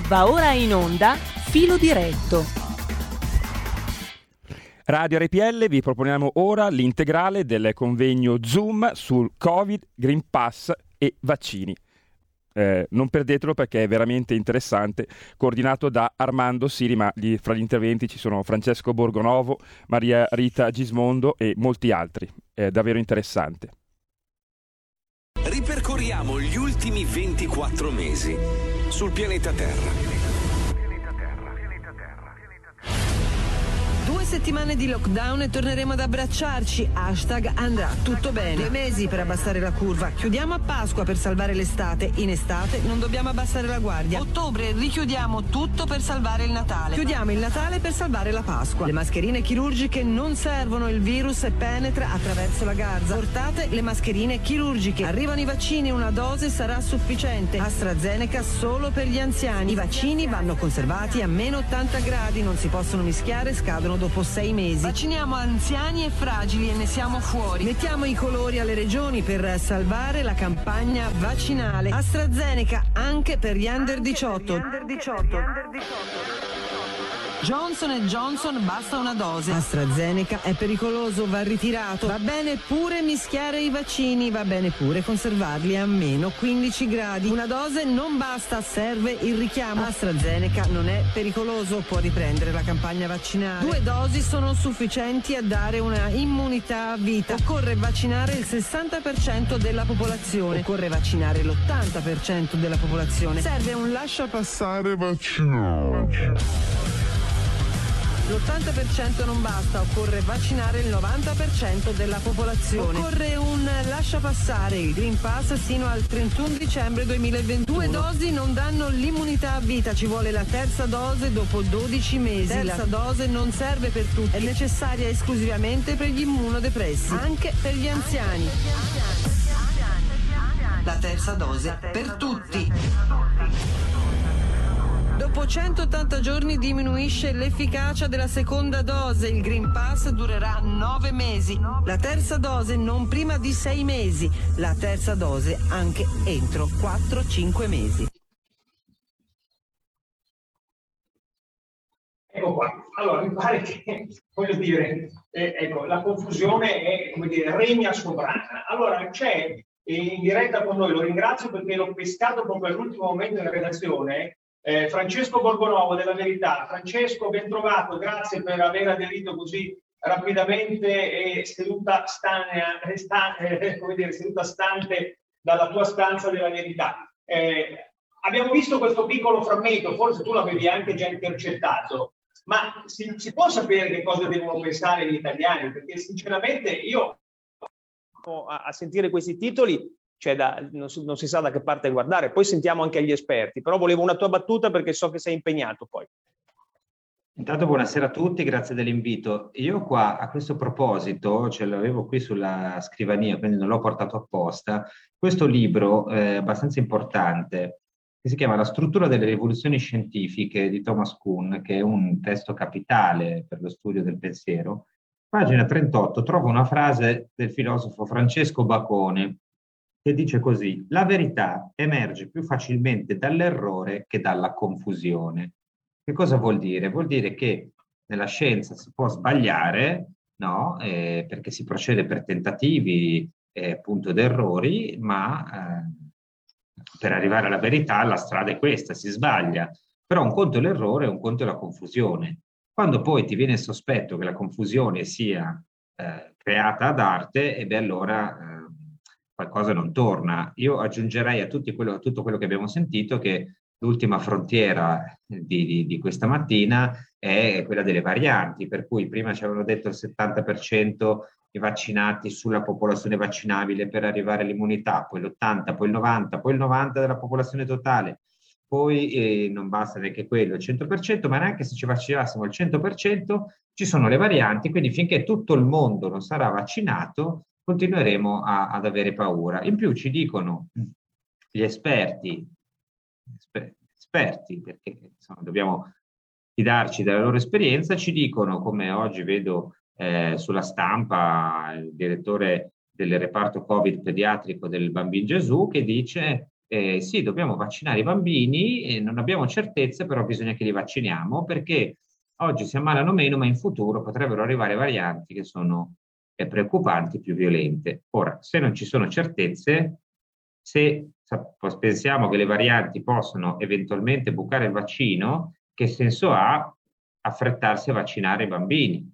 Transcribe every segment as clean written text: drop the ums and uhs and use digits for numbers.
Va ora in onda Filo Diretto. Radio RPL vi proponiamo ora l'integrale del convegno Zoom sul Covid, Green Pass e vaccini. Non perdetelo perché è veramente interessante, coordinato da Armando Siri, ma fra gli interventi ci sono Francesco Borgonovo, Maria Rita Gismondo e molti altri. È davvero interessante. Ripercorriamo gli ultimi 24 mesi sul pianeta Terra. 2 settimane di lockdown e torneremo ad abbracciarci. #andrà tutto bene. 2 mesi per abbassare la curva. Chiudiamo a Pasqua per salvare l'estate. In estate non dobbiamo abbassare la guardia. Ottobre richiudiamo tutto per salvare il Natale. Chiudiamo il Natale per salvare la Pasqua. Le mascherine chirurgiche non servono, il virus penetra attraverso la garza. Portate le mascherine chirurgiche. Arrivano i vaccini, una dose sarà sufficiente. AstraZeneca solo per gli anziani. I vaccini vanno conservati a meno 80 gradi, non si possono mischiare, scadono dopo 6 mesi. Vacciniamo anziani e fragili e ne siamo fuori. Mettiamo i colori alle regioni per salvare la campagna vaccinale. AstraZeneca anche per gli under 18. Johnson & Johnson basta una dose. AstraZeneca è pericoloso, va ritirato. Va bene pure mischiare i vaccini, va bene pure conservarli a meno 15 gradi. Una dose non basta, serve il richiamo. AstraZeneca non è pericoloso, può riprendere la campagna vaccinale. 2 dosi sono sufficienti a dare una immunità a vita. Occorre vaccinare il 60% della popolazione. Occorre vaccinare l'80% della popolazione. Serve un lasciapassare vaccinale. L'80% non basta, occorre vaccinare il 90% della popolazione. Occorre un lasciapassare, il Green Pass sino al 31 dicembre 2021. 2 dosi non danno l'immunità a vita, ci vuole la terza dose dopo 12 mesi. La terza dose non serve per tutti, è necessaria esclusivamente per gli immunodepressi, anche per gli anziani. La terza dose per tutti. Dopo 180 giorni diminuisce l'efficacia della seconda dose, il Green Pass durerà 9 mesi, la terza dose non prima di 6 mesi, la terza dose anche entro 4-5 mesi. Ecco qua, allora mi pare che, voglio dire, ecco, la confusione è, come dire, regna sovrana. Allora c'è in diretta con noi, lo ringrazio perché l'ho pescato proprio all'ultimo momento in redazione, Francesco Borgonovo della Verità. Francesco, ben trovato, grazie per aver aderito così rapidamente e seduta stante dalla tua stanza della Verità. Abbiamo visto questo piccolo frammento, forse tu l'avevi anche già intercettato, ma si può sapere che cosa devono pensare gli italiani? Perché sinceramente io a sentire questi titoli non si sa da che parte guardare, poi sentiamo anche gli esperti, però volevo una tua battuta perché so che sei impegnato poi. Intanto buonasera a tutti, grazie dell'invito. Io qua a questo proposito, ce l'avevo qui sulla scrivania, quindi non l'ho portato apposta, questo libro abbastanza importante, che si chiama La struttura delle rivoluzioni scientifiche di Thomas Kuhn, che è un testo capitale per lo studio del pensiero. Pagina 38 trovo una frase del filosofo Francesco Bacone, che dice così: la verità emerge più facilmente dall'errore che dalla confusione. Che cosa vuol dire? Vuol dire che nella scienza si può sbagliare, no? Perché si procede per tentativi appunto ed errori, ma per arrivare alla verità la strada è questa, si sbaglia. Però un conto è l'errore, un conto è la confusione. Quando poi ti viene il sospetto che la confusione sia creata ad arte, e beh allora qualcosa non torna. Io aggiungerei a tutto quello che abbiamo sentito che l'ultima frontiera di questa mattina è quella delle varianti, per cui prima ci avevano detto il 70% i vaccinati sulla popolazione vaccinabile per arrivare all'immunità, poi l'80%, poi il 90%, poi il 90% della popolazione totale, poi non basta neanche quello, il 100%, ma neanche se ci vaccinassimo il 100% ci sono le varianti, quindi finché tutto il mondo non sarà vaccinato continueremo ad avere paura. In più ci dicono gli esperti, perché insomma, dobbiamo fidarci della loro esperienza, ci dicono, come oggi vedo sulla stampa, il direttore del reparto Covid pediatrico del Bambin Gesù, che dice sì, dobbiamo vaccinare i bambini, e non abbiamo certezze, però bisogna che li vacciniamo perché oggi si ammalano meno, ma in futuro potrebbero arrivare varianti che sono preoccupanti, più violente. Ora, se non ci sono certezze, se pensiamo che le varianti possono eventualmente bucare il vaccino, che senso ha affrettarsi a vaccinare i bambini?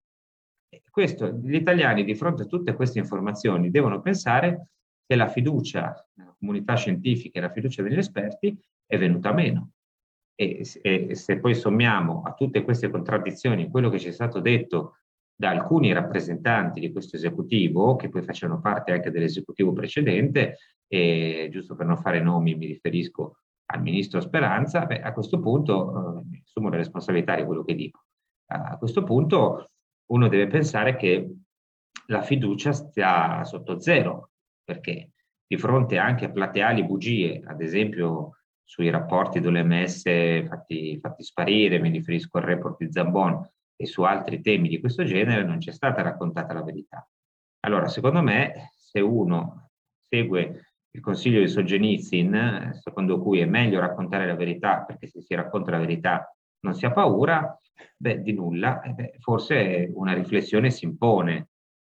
Questo, gli italiani di fronte a tutte queste informazioni devono pensare che la fiducia nella comunità scientifica e la fiducia degli esperti è venuta meno. E se poi sommiamo a tutte queste contraddizioni quello che ci è stato detto da alcuni rappresentanti di questo esecutivo, che poi facevano parte anche dell'esecutivo precedente, e giusto per non fare nomi mi riferisco al ministro Speranza, a questo punto assumo la responsabilità di quello che dico. A questo punto uno deve pensare che la fiducia stia sotto zero, perché di fronte anche a plateali bugie, ad esempio sui rapporti dell'OMS fatti sparire, mi riferisco al report di Zambon, e su altri temi di questo genere, non c'è stata raccontata la verità. Allora, secondo me, se uno segue il consiglio di Solzhenitsyn, secondo cui è meglio raccontare la verità, perché se si racconta la verità non si ha paura, di nulla, forse una riflessione si impone.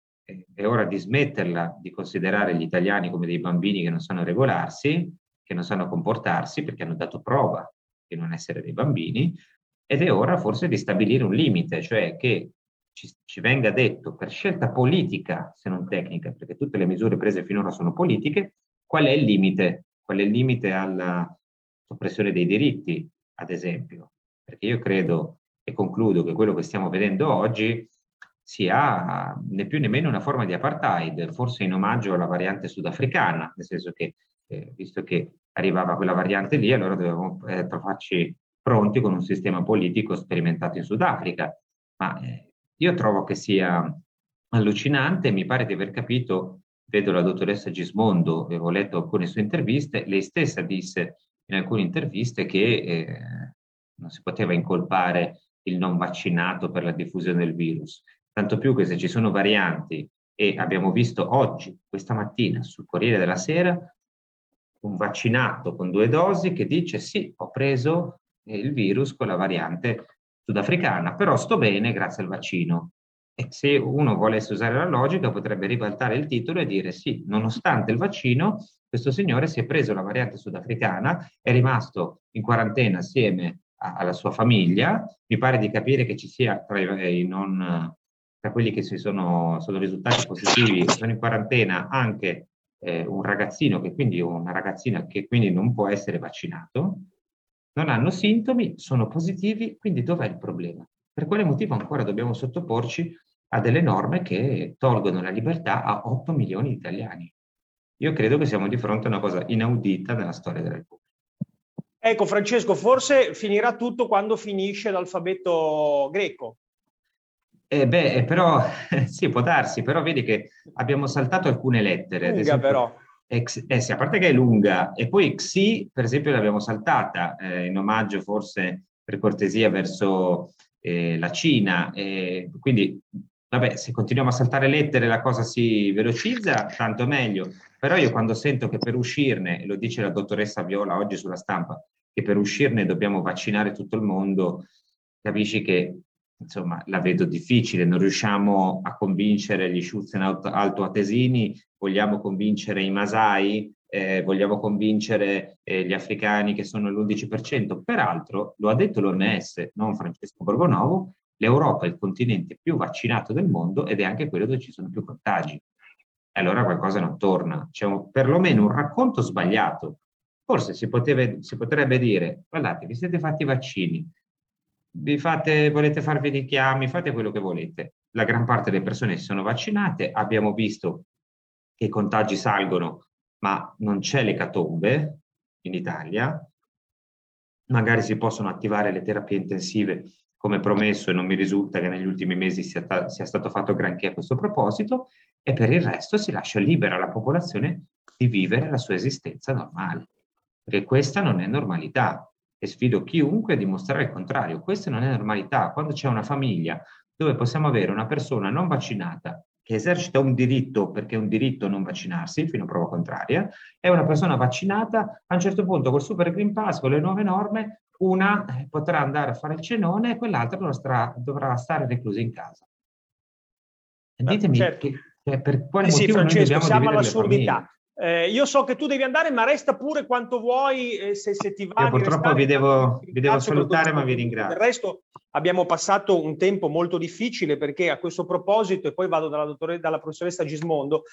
È ora di smetterla di considerare gli italiani come dei bambini che non sanno regolarsi, che non sanno comportarsi, perché hanno dato prova di non essere dei bambini, ed è ora forse di stabilire un limite, cioè che ci venga detto per scelta politica, se non tecnica, perché tutte le misure prese finora sono politiche, qual è il limite alla soppressione dei diritti, ad esempio. Perché io credo, e concludo, che quello che stiamo vedendo oggi sia né più né meno una forma di apartheid, forse in omaggio alla variante sudafricana, nel senso che visto che arrivava quella variante lì, allora dovevamo trovarci pronti con un sistema politico sperimentato in Sudafrica. Ma io trovo che sia allucinante, mi pare di aver capito, vedo la dottoressa Gismondo, avevo letto alcune sue interviste, lei stessa disse in alcune interviste che non si poteva incolpare il non vaccinato per la diffusione del virus, tanto più che se ci sono varianti, e abbiamo visto oggi, questa mattina, sul Corriere della Sera, un vaccinato con 2 dosi che dice sì, ho preso il virus con la variante sudafricana, però sto bene grazie al vaccino. E se uno volesse usare la logica potrebbe ribaltare il titolo e dire sì, nonostante il vaccino, questo signore si è preso la variante sudafricana, è rimasto in quarantena assieme alla sua famiglia. Mi pare di capire che ci sia tra quelli che sono risultati positivi, sono in quarantena anche un ragazzino una ragazzina che quindi non può essere vaccinato, non hanno sintomi, sono positivi, quindi dov'è il problema? Per quale motivo ancora dobbiamo sottoporci a delle norme che tolgono la libertà a 8 milioni di italiani? Io credo che siamo di fronte a una cosa inaudita nella storia della Repubblica. Ecco, Francesco, forse finirà tutto quando finisce l'alfabeto greco. Però sì, può darsi, però vedi che abbiamo saltato alcune lettere. Lunga, esempio, però. Sì, a parte che è lunga, e poi Xi, per esempio, l'abbiamo saltata, in omaggio forse per cortesia verso la Cina. Quindi, vabbè, se continuiamo a saltare lettere la cosa si velocizza, tanto meglio. Però io quando sento che per uscirne, e lo dice la dottoressa Viola oggi sulla Stampa, che per uscirne dobbiamo vaccinare tutto il mondo, capisci che insomma la vedo difficile, non riusciamo a convincere gli altoatesini, vogliamo convincere i Masai, vogliamo convincere gli africani che sono l'11%. Peraltro, lo ha detto l'OMS, non Francesco Borgonovo, l'Europa è il continente più vaccinato del mondo ed è anche quello dove ci sono più contagi. E allora qualcosa non torna, c'è perlomeno un racconto sbagliato. Forse si potrebbe dire, guardate, vi siete fatti i vaccini, volete farvi richiami, fate quello che volete. La gran parte delle persone si sono vaccinate, abbiamo visto che i contagi salgono, ma non c'è l'ecatombe in Italia. Magari si possono attivare le terapie intensive come promesso, e non mi risulta che negli ultimi mesi sia stato fatto granché a questo proposito, e per il resto si lascia libera la popolazione di vivere la sua esistenza normale. Perché questa non è normalità. E sfido chiunque a dimostrare il contrario. Questa non è normalità. Quando c'è una famiglia dove possiamo avere una persona non vaccinata che esercita un diritto, perché è un diritto non vaccinarsi, fino a prova contraria, è una persona vaccinata, a un certo punto col Super Green Pass, con le nuove norme, una potrà andare a fare il cenone e quell'altra dovrà stare reclusa in casa. Ditemi certo. Per quale Sì, motivo Francesco, noi dobbiamo siamo dividere le all'assurdità. Io so che tu devi andare, ma resta pure quanto vuoi, se ti va. Io purtroppo vi devo salutare, ma vi ringrazio. Del resto abbiamo passato un tempo molto difficile, perché a questo proposito, e poi vado dalla professoressa Gismondo,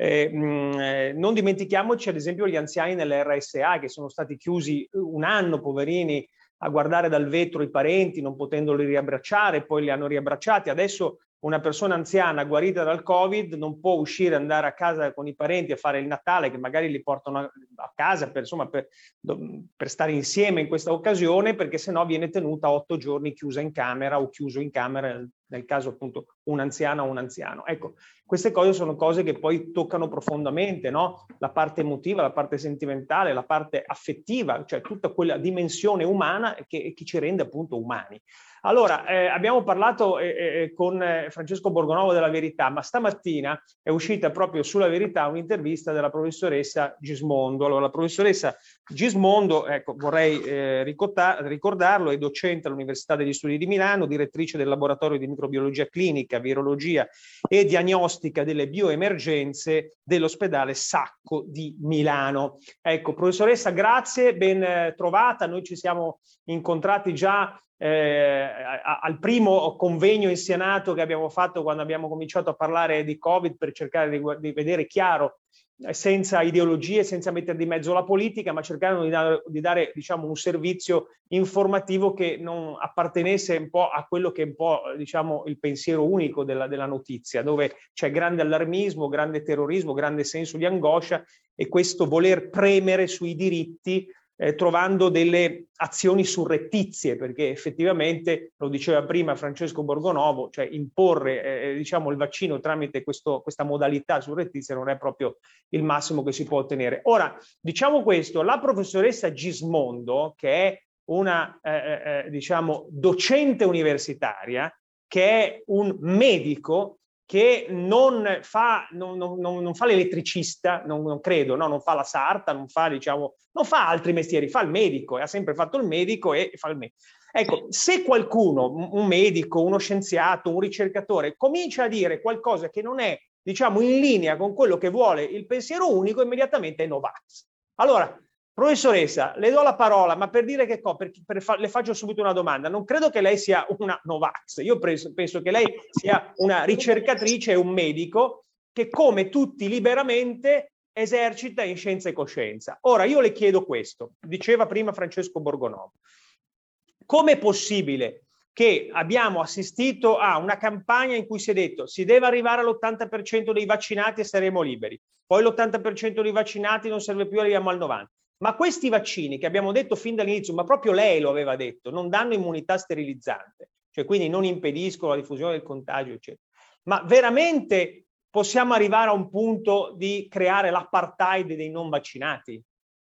non dimentichiamoci ad esempio gli anziani nelle RSA che sono stati chiusi un anno, poverini, a guardare dal vetro i parenti, non potendoli riabbracciare, poi li hanno riabbracciati. Adesso una persona anziana guarita dal Covid non può uscire, andare a casa con i parenti a fare il Natale, che magari li portano a casa per stare insieme in questa occasione, perché sennò viene tenuta 8 giorni chiusa in camera o chiuso in camera, nel caso appunto un'anziana o un anziano. Ecco, queste cose sono cose che poi toccano profondamente, no? La parte emotiva, la parte sentimentale, la parte affettiva, cioè tutta quella dimensione umana che ci rende appunto umani. Allora, abbiamo parlato con Francesco Borgonovo della Verità, ma stamattina è uscita proprio sulla Verità un'intervista della professoressa Gismondo. Allora, la professoressa Gismondo, ecco, vorrei ricordarlo, è docente all'Università degli Studi di Milano, direttrice del laboratorio di microbiologia clinica, virologia e diagnostica delle bioemergenze dell'ospedale Sacco di Milano. Ecco, professoressa, grazie, ben trovata. Noi ci siamo incontrati già al primo convegno in Senato che abbiamo fatto quando abbiamo cominciato a parlare di Covid, per cercare di vedere chiaro, senza ideologie, senza mettere di mezzo la politica, ma cercando di dare diciamo un servizio informativo che non appartenesse un po' a quello che è un po' diciamo il pensiero unico della notizia, dove c'è grande allarmismo, grande terrorismo, grande senso di angoscia e questo voler premere sui diritti trovando delle azioni surrettizie, perché effettivamente, lo diceva prima Francesco Borgonovo, cioè imporre diciamo il vaccino tramite questa modalità surrettizia non è proprio il massimo che si può ottenere. Ora, diciamo questo, la professoressa Gismondo, che è una diciamo docente universitaria, che è un medico, che non fa l'elettricista, non credo, no? Non fa la sarta, non fa altri mestieri, fa il medico, e ha sempre fatto il medico e fa il medico. Ecco, se qualcuno, un medico, uno scienziato, un ricercatore, comincia a dire qualcosa che non è, diciamo, in linea con quello che vuole il pensiero unico, immediatamente è Novax. Allora, professoressa, le do la parola, ma per dire che le faccio subito una domanda. Non credo che lei sia una Novax. Io penso che lei sia una ricercatrice e un medico che, come tutti liberamente, esercita in scienza e coscienza. Ora, io le chiedo questo. Diceva prima Francesco Borgonovo. Com'è possibile che abbiamo assistito a una campagna in cui si è detto si deve arrivare all'80% dei vaccinati e saremo liberi, poi l'80% dei vaccinati non serve più, arriviamo al 90%. Ma questi vaccini che abbiamo detto fin dall'inizio, ma proprio lei lo aveva detto, non danno immunità sterilizzante, cioè quindi non impediscono la diffusione del contagio, eccetera. Ma veramente possiamo arrivare a un punto di creare l'apartheid dei non vaccinati?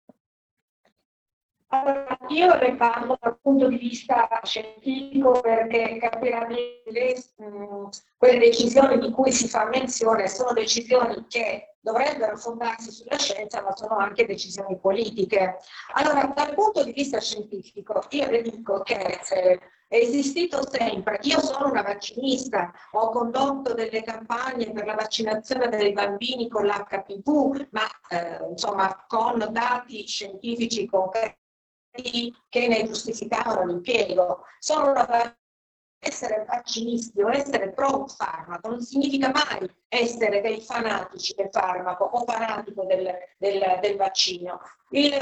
Allora, io le parlo dal punto di vista scientifico, perché capirà bene quelle decisioni di cui si fa menzione sono decisioni che dovrebbero fondarsi sulla scienza, ma sono anche decisioni politiche. Allora, dal punto di vista scientifico, io le dico che è esistito sempre. Io sono una vaccinista, ho condotto delle campagne per la vaccinazione dei bambini con l'HPV, ma insomma con dati scientifici concreti che ne giustificavano l'impiego. Essere vaccinisti o essere pro farmaco non significa mai essere dei fanatici del farmaco o fanatico del vaccino. Il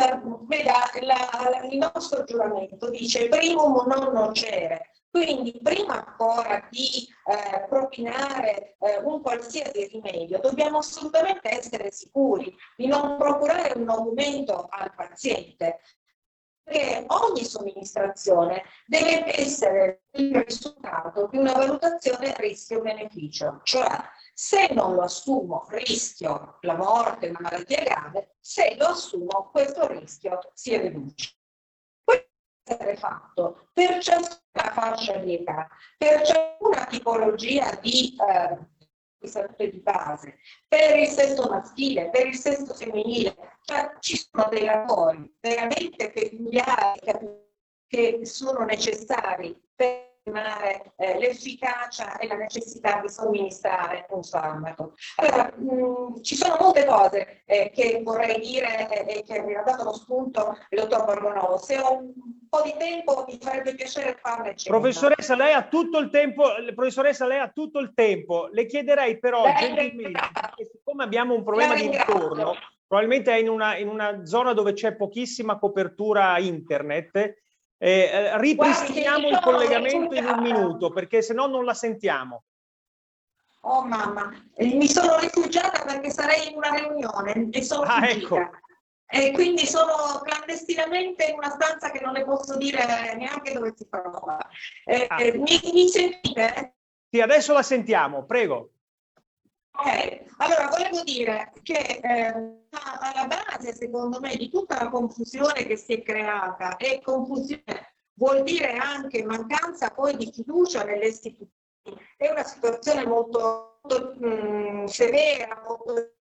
nostro giuramento dice primum non nocere. Quindi prima ancora di propinare un qualsiasi rimedio dobbiamo assolutamente essere sicuri di non procurare un aumento al paziente, perché ogni somministrazione deve essere il risultato di una valutazione rischio-beneficio, cioè se non lo assumo rischio la morte, una malattia grave, se lo assumo questo rischio si riduce. Questo deve essere fatto per ciascuna fascia di età, per ciascuna tipologia di salute di base, per il sesso maschile, per il sesso femminile. Cioè, ci sono dei lavori veramente peculiari che sono necessari per l'efficacia e la necessità di somministrare un farmaco. Allora, ci sono molte cose che vorrei dire e che mi ha dato lo spunto il dottor Borgonovo. Se ho un po' di tempo mi farebbe piacere farne cenno. Professoressa, lei ha tutto il tempo. Professoressa, lei ha tutto il tempo. Le chiederei però gentilmente, che siccome abbiamo un problema di ritorno, probabilmente è in una zona dove c'è pochissima copertura internet. Ripristiniamo il collegamento in un minuto, perché se no non la sentiamo. Oh mamma, mi sono rifugiata perché sarei in una riunione e sono ecco. E quindi sono clandestinamente in una stanza che non le posso dire neanche dove si trova. Mi sentite? Sì, adesso la sentiamo, prego. Ok, allora volevo dire che alla base, secondo me, di tutta la confusione che si è creata, e confusione vuol dire anche mancanza poi di fiducia nelle istituzioni, è una situazione molto, molto severa, molto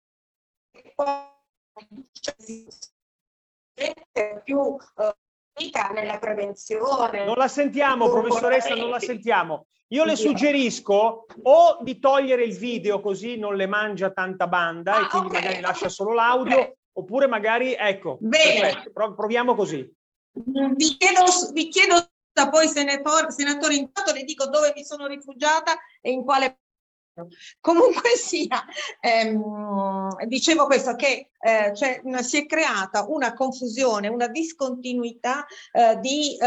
più nella prevenzione. Non la sentiamo, professoressa, non la sentiamo. Io le suggerisco o di togliere il video così non le mangia tanta banda e quindi magari lascia solo l'audio, oppure magari, ecco, perfetto, proviamo così. Vi chiedo poi, senatore, intanto le dico dove mi sono rifugiata e in quale... Comunque sia, dicevo questo, che si è creata una confusione, una discontinuità di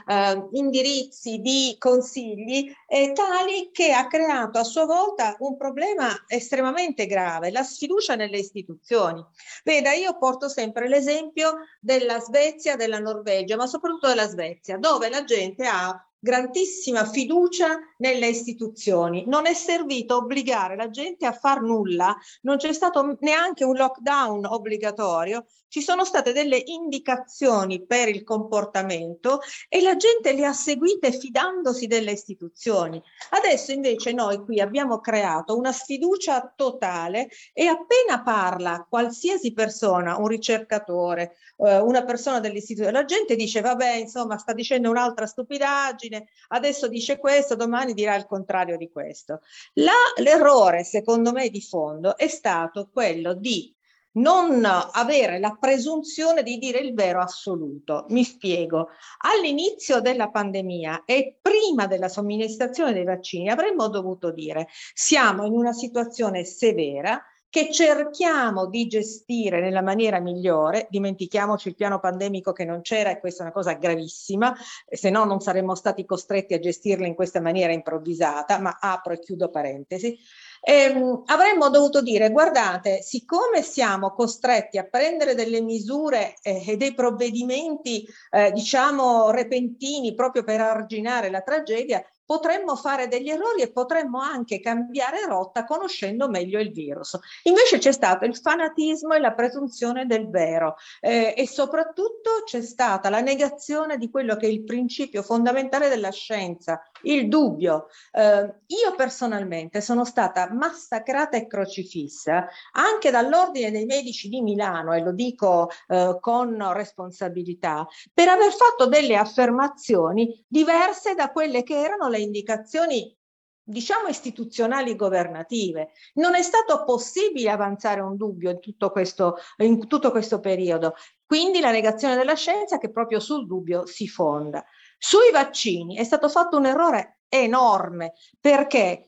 indirizzi, di consigli tali che ha creato a sua volta un problema estremamente grave, la sfiducia nelle istituzioni. Veda, io porto sempre l'esempio della Svezia, della Norvegia, ma soprattutto della Svezia, dove la gente ha grandissima fiducia nelle istituzioni. Non è servito obbligare la gente a far nulla, non c'è stato neanche un lockdown obbligatorio, ci sono state delle indicazioni per il comportamento e la gente le ha seguite fidandosi delle istituzioni. Adesso invece noi qui abbiamo creato una sfiducia totale e appena parla qualsiasi persona, un ricercatore, una persona dell'istituto, la gente dice vabbè, insomma, sta dicendo un'altra stupidaggine, adesso dice questo, domani dirà il contrario di questo. L'errore, secondo me, di fondo è stato quello di non avere la presunzione di dire il vero assoluto. Mi spiego. All'inizio della pandemia e prima della somministrazione dei vaccini avremmo dovuto dire siamo in una situazione severa che cerchiamo di gestire nella maniera migliore, dimentichiamoci il piano pandemico che non c'era e questa è una cosa gravissima, se no non saremmo stati costretti a gestirla in questa maniera improvvisata, ma apro e chiudo parentesi. Avremmo dovuto dire guardate, siccome siamo costretti a prendere delle misure e dei provvedimenti diciamo repentini proprio per arginare la tragedia, potremmo fare degli errori e potremmo anche cambiare rotta conoscendo meglio il virus. Invece c'è stato il fanatismo e la presunzione del vero e soprattutto c'è stata la negazione di quello che è il principio fondamentale della scienza, il dubbio. Io personalmente sono stata massacrata e crocifissa anche dall'Ordine dei Medici di Milano, e lo dico con responsabilità, per aver fatto delle affermazioni diverse da quelle che erano le indicazioni, diciamo, istituzionali governative. Non è stato possibile avanzare un dubbio in tutto questo periodo. Quindi la negazione della scienza che proprio sul dubbio si fonda. Sui vaccini è stato fatto un errore enorme perché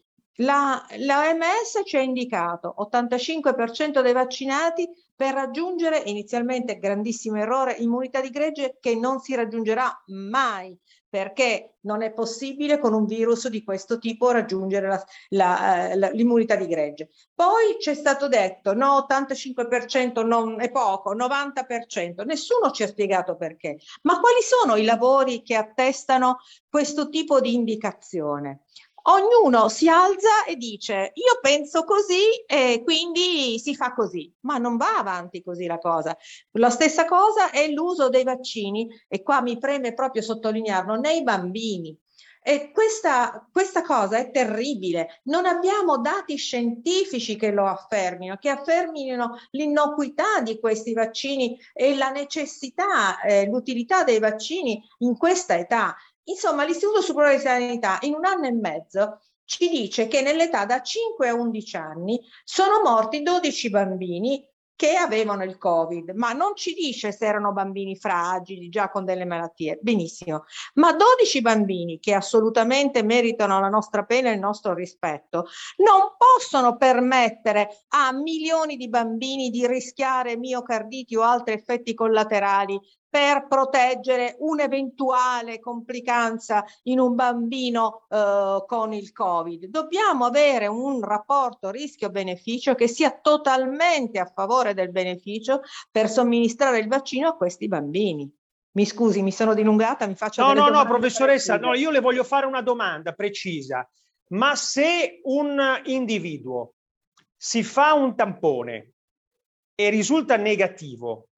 l'OMS ci ha indicato 85% dei vaccinati per raggiungere, inizialmente grandissimo errore, immunità di gregge che non si raggiungerà mai, perché non è possibile con un virus di questo tipo raggiungere l'immunità di gregge. Poi c'è stato detto no, 85% non è poco, 90%, nessuno ci ha spiegato perché. Ma quali sono i lavori che attestano questo tipo di indicazione? Ognuno si alza e dice io penso così e quindi si fa così, ma non va avanti così la cosa. La stessa cosa è l'uso dei vaccini e qua mi preme proprio sottolinearlo nei bambini. E questa cosa è terribile. Non abbiamo dati scientifici che lo affermino, che affermino l'innocuità di questi vaccini e la necessità, l'utilità dei vaccini in questa età. Insomma, l'Istituto Superiore di Sanità in 1 anno e mezzo ci dice che nell'età da 5 a 11 anni sono morti 12 bambini che avevano il Covid, ma non ci dice se erano bambini fragili, già con delle malattie, benissimo, ma 12 bambini che assolutamente meritano la nostra pena e il nostro rispetto, non possono permettere a milioni di bambini di rischiare miocarditi o altri effetti collaterali per proteggere un'eventuale complicanza in un bambino con il Covid. Dobbiamo avere un rapporto rischio-beneficio che sia totalmente a favore del beneficio per somministrare il vaccino a questi bambini. Mi scusi, mi sono dilungata, mi faccio delle domande. No, professoressa, no, io le voglio fare una domanda precisa. Ma se un individuo si fa un tampone e risulta negativo,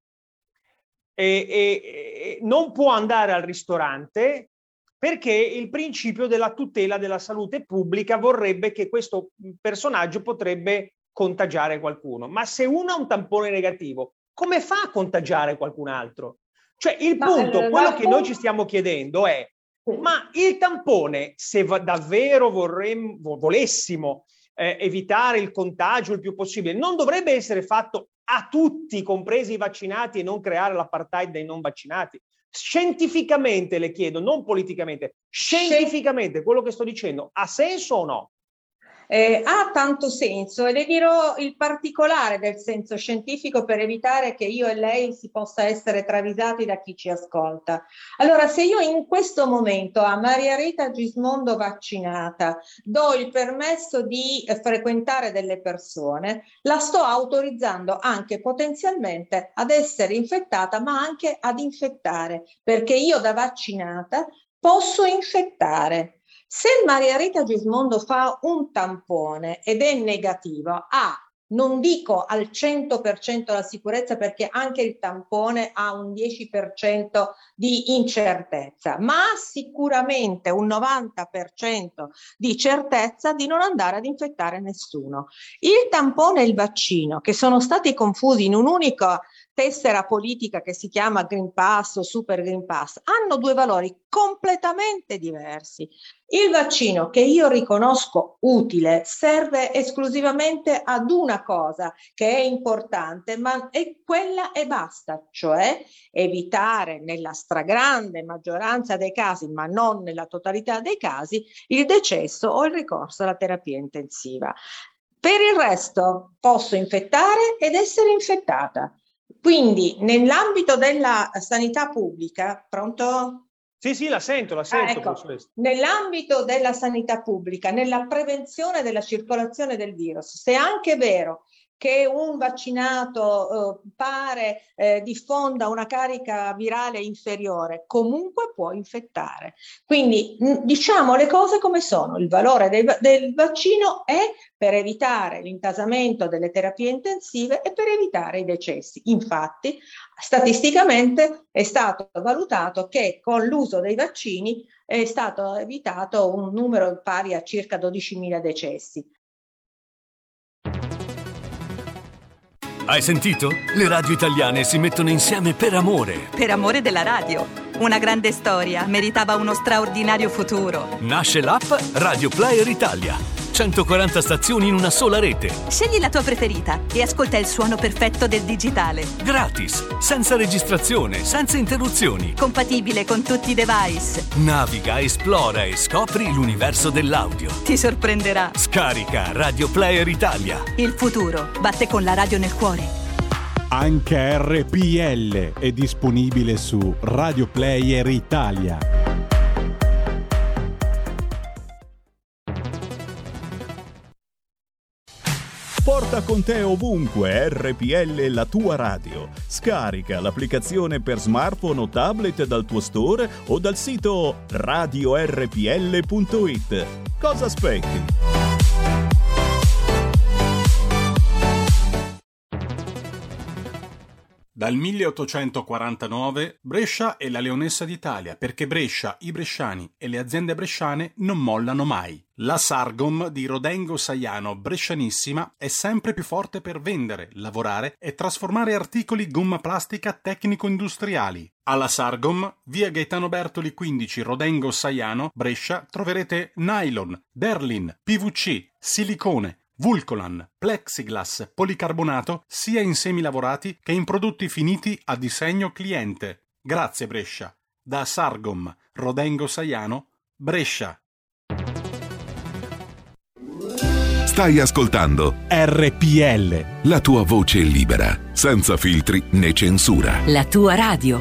e non può andare al ristorante perché il principio della tutela della salute pubblica vorrebbe che questo personaggio potrebbe contagiare qualcuno. Ma se uno ha un tampone negativo, come fa a contagiare qualcun altro? Cioè il punto, quello che noi ci stiamo chiedendo è: ma il tampone, se davvero volessimo evitare il contagio il più possibile, non dovrebbe essere fatto a tutti, compresi i vaccinati, e non creare l'apartheid dei non vaccinati? Scientificamente le chiedo, non politicamente, scientificamente quello che sto dicendo ha senso o no? Ha tanto senso, e le dirò il particolare del senso scientifico per evitare che io e lei si possa essere travisati da chi ci ascolta. Allora, se io in questo momento a Maria Rita Gismondo vaccinata do il permesso di frequentare delle persone, la sto autorizzando anche potenzialmente ad essere infettata, ma anche ad infettare, perché io da vaccinata posso infettare. Se Maria Rita Gismondo fa un tampone ed è negativo, non dico al 100% la sicurezza, perché anche il tampone ha un 10% di incertezza, ma ha sicuramente un 90% di certezza di non andare ad infettare nessuno. Il tampone e il vaccino, che sono stati confusi in un'unica tessera politica che si chiama Green Pass o Super Green Pass, hanno due valori completamente diversi. Il vaccino, che io riconosco utile, serve esclusivamente ad una cosa che è importante, ma è quella e basta, cioè evitare nella stragrande maggioranza dei casi, ma non nella totalità dei casi, il decesso o il ricorso alla terapia intensiva. Per il resto posso infettare ed essere infettata. Quindi nell'ambito della sanità pubblica, pronto? Sì, la sento. Ecco, nell'ambito della sanità pubblica, nella prevenzione della circolazione del virus, se è anche vero che un vaccinato diffonda una carica virale inferiore, comunque può infettare. Quindi diciamo le cose come sono. Il valore del vaccino è per evitare l'intasamento delle terapie intensive e per evitare i decessi. Infatti, statisticamente è stato valutato che con l'uso dei vaccini è stato evitato un numero pari a circa 12.000 decessi. Hai sentito? Le radio italiane si mettono insieme per amore. Per amore della radio. Una grande storia meritava uno straordinario futuro. Nasce l'app Radio Player Italia. 140 stazioni in una sola rete. Scegli la tua preferita e ascolta il suono perfetto del digitale. Gratis, senza registrazione, senza interruzioni. Compatibile con tutti i device. Naviga, esplora e scopri l'universo dell'audio. Ti sorprenderà. Scarica Radio Player Italia. Il futuro batte con la radio nel cuore. Anche RPL è disponibile su Radio Player Italia. Porta con te ovunque RPL, la tua radio. Scarica l'applicazione per smartphone o tablet dal tuo store o dal sito radiorpl.it. Cosa aspetti? Dal 1849 Brescia è la leonessa d'Italia, perché Brescia, i bresciani e le aziende bresciane non mollano mai. La Sargom di Rodengo Saiano Brescianissima è sempre più forte per vendere, lavorare e trasformare articoli gomma plastica tecnico-industriali. Alla Sargom, via Gaetano Bertoli 15 Rodengo Saiano, Brescia, troverete nylon, derlin, PVC, silicone, Vulcolan, plexiglass, policarbonato, sia in semi lavorati che in prodotti finiti a disegno cliente. Grazie Brescia. Da Sargom, Rodengo Saiano, Brescia. Stai ascoltando RPL. La tua voce libera, senza filtri né censura. La tua radio.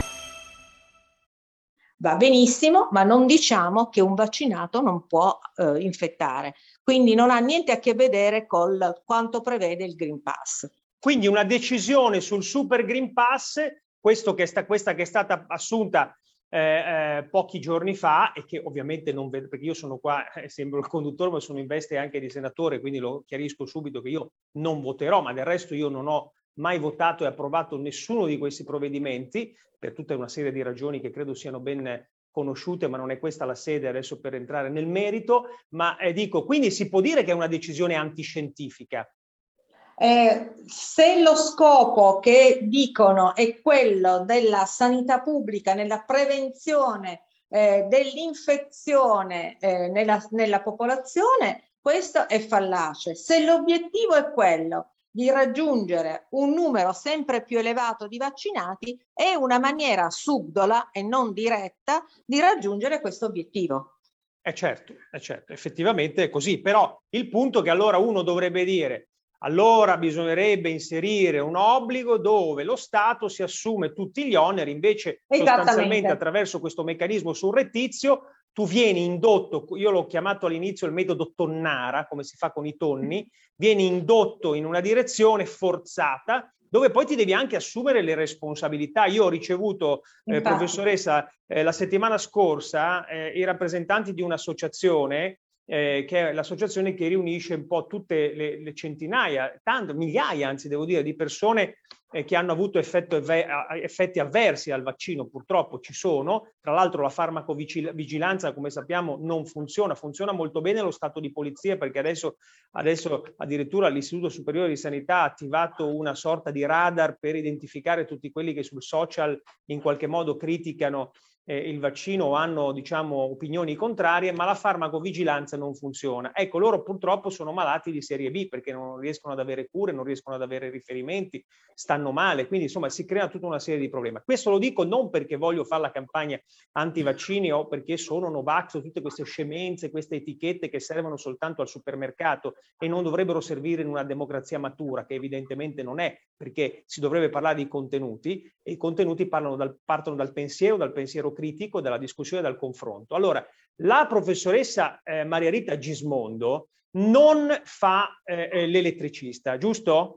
Va benissimo, ma non diciamo che un vaccinato non può infettare. Quindi non ha niente a che vedere con quanto prevede il Green Pass. Quindi una decisione sul Super Green Pass, questa che è stata assunta pochi giorni fa e che ovviamente non vedo, perché io sono qua, sembro il conduttore, ma sono in veste anche di senatore, quindi lo chiarisco subito che io non voterò, ma del resto io non ho mai votato e approvato nessuno di questi provvedimenti per tutta una serie di ragioni che credo siano ben conosciute, ma non è questa la sede adesso per entrare nel merito, ma dico, quindi si può dire che è una decisione antiscientifica? Se lo scopo che dicono è quello della sanità pubblica nella prevenzione dell'infezione nella popolazione, questo è fallace. Se l'obiettivo è quello di raggiungere un numero sempre più elevato di vaccinati, è una maniera subdola e non diretta di raggiungere questo obiettivo. Certo, effettivamente è così, però il punto è che allora uno dovrebbe dire allora bisognerebbe inserire un obbligo dove lo Stato si assume tutti gli oneri, invece sostanzialmente attraverso questo meccanismo surrettizio tu vieni indotto, io l'ho chiamato all'inizio il metodo tonnara, come si fa con i tonni, vieni indotto in una direzione forzata dove poi ti devi anche assumere le responsabilità. Io ho ricevuto, professoressa, la settimana scorsa i rappresentanti di un'associazione che è l'associazione che riunisce un po' tutte le centinaia, migliaia anzi devo dire, di persone che hanno avuto effetti avversi al vaccino. Purtroppo ci sono, tra l'altro la farmacovigilanza come sappiamo non funziona molto bene lo stato di polizia, perché adesso addirittura l'Istituto Superiore di Sanità ha attivato una sorta di radar per identificare tutti quelli che sul social in qualche modo criticano il vaccino o hanno, diciamo, opinioni contrarie, ma la farmacovigilanza non funziona. Ecco, loro purtroppo sono malati di serie B perché non riescono ad avere cure, non riescono ad avere riferimenti, stanno male, quindi insomma si crea tutta una serie di problemi. Questo lo dico non perché voglio fare la campagna anti-vaccini o perché sono Novax o tutte queste scemenze, queste etichette che servono soltanto al supermercato e non dovrebbero servire in una democrazia matura, che evidentemente non è, perché si dovrebbe parlare di contenuti e i contenuti partono dal pensiero critico, dalla discussione e dal confronto. Allora, la professoressa Maria Rita Gismondo non fa l'elettricista, giusto?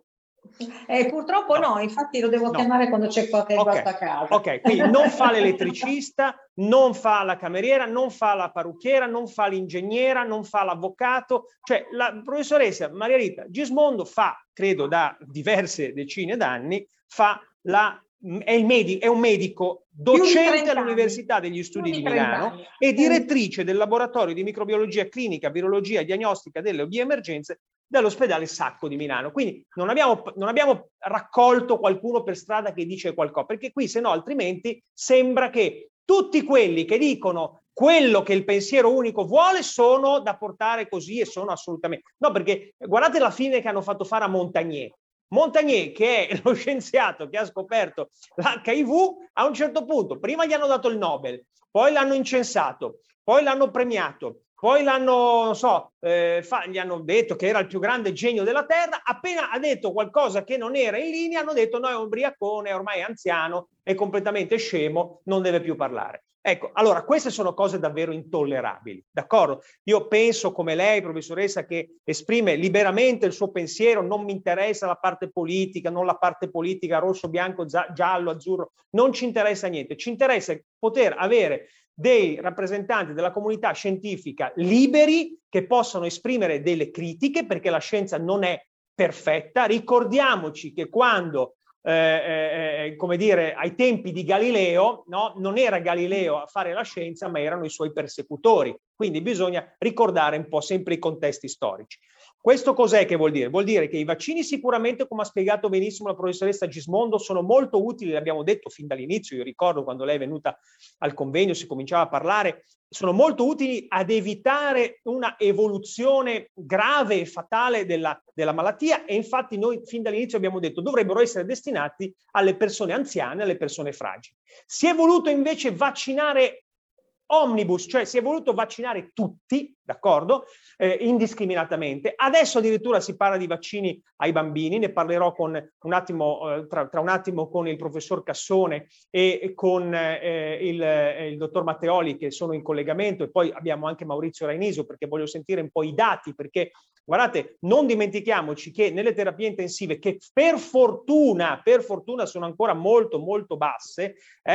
Purtroppo no, infatti lo devo chiamare quando c'è qualche volta a casa. Ok, quindi non fa l'elettricista, non fa la cameriera, non fa la parrucchiera, non fa l'ingegnera, non fa l'avvocato, cioè la professoressa Maria Rita Gismondo fa, credo da diverse decine d'anni, è un medico docente all'Università degli Studi di Milano e direttrice del laboratorio di microbiologia clinica, virologia e diagnostica delle bioemergenze dell'ospedale Sacco di Milano. Quindi non abbiamo raccolto qualcuno per strada che dice qualcosa, perché qui se no altrimenti sembra che tutti quelli che dicono quello che il pensiero unico vuole sono da portare così e sono assolutamente... No, perché guardate la fine che hanno fatto fare a Montagnier, che è lo scienziato che ha scoperto l'HIV. A un certo punto prima gli hanno dato il Nobel, poi l'hanno incensato, poi l'hanno premiato, poi gli hanno detto che era il più grande genio della terra. Appena ha detto qualcosa che non era in linea hanno detto no, è un ubriacone, ormai è anziano, è completamente scemo, non deve più parlare. Ecco, allora queste sono cose davvero intollerabili, d'accordo? Io penso come lei, professoressa, che esprime liberamente il suo pensiero, non mi interessa la parte politica, non la parte politica rosso, bianco, giallo, azzurro, non ci interessa niente, ci interessa poter avere dei rappresentanti della comunità scientifica liberi che possano esprimere delle critiche, perché la scienza non è perfetta. Ricordiamoci che quando come dire, ai tempi di Galileo, no? Non era Galileo a fare la scienza, ma erano i suoi persecutori. Quindi bisogna ricordare un po' sempre i contesti storici. Questo cos'è che vuol dire? Vuol dire che i vaccini sicuramente, come ha spiegato benissimo la professoressa Gismondo, sono molto utili, l'abbiamo detto fin dall'inizio, io ricordo quando lei è venuta al convegno, si cominciava a parlare, sono molto utili ad evitare una evoluzione grave e fatale della malattia, e infatti noi fin dall'inizio abbiamo detto dovrebbero essere destinati alle persone anziane, alle persone fragili. Si è voluto invece vaccinare omnibus, cioè si è voluto vaccinare tutti, d'accordo, indiscriminatamente. Adesso addirittura si parla di vaccini ai bambini, ne parlerò con un attimo, tra un attimo con il professor Cassone e con il dottor Matteoli, che sono in collegamento, e poi abbiamo anche Maurizio Rainisio, perché voglio sentire un po' i dati, perché guardate, non dimentichiamoci che nelle terapie intensive, che per fortuna sono ancora molto molto basse,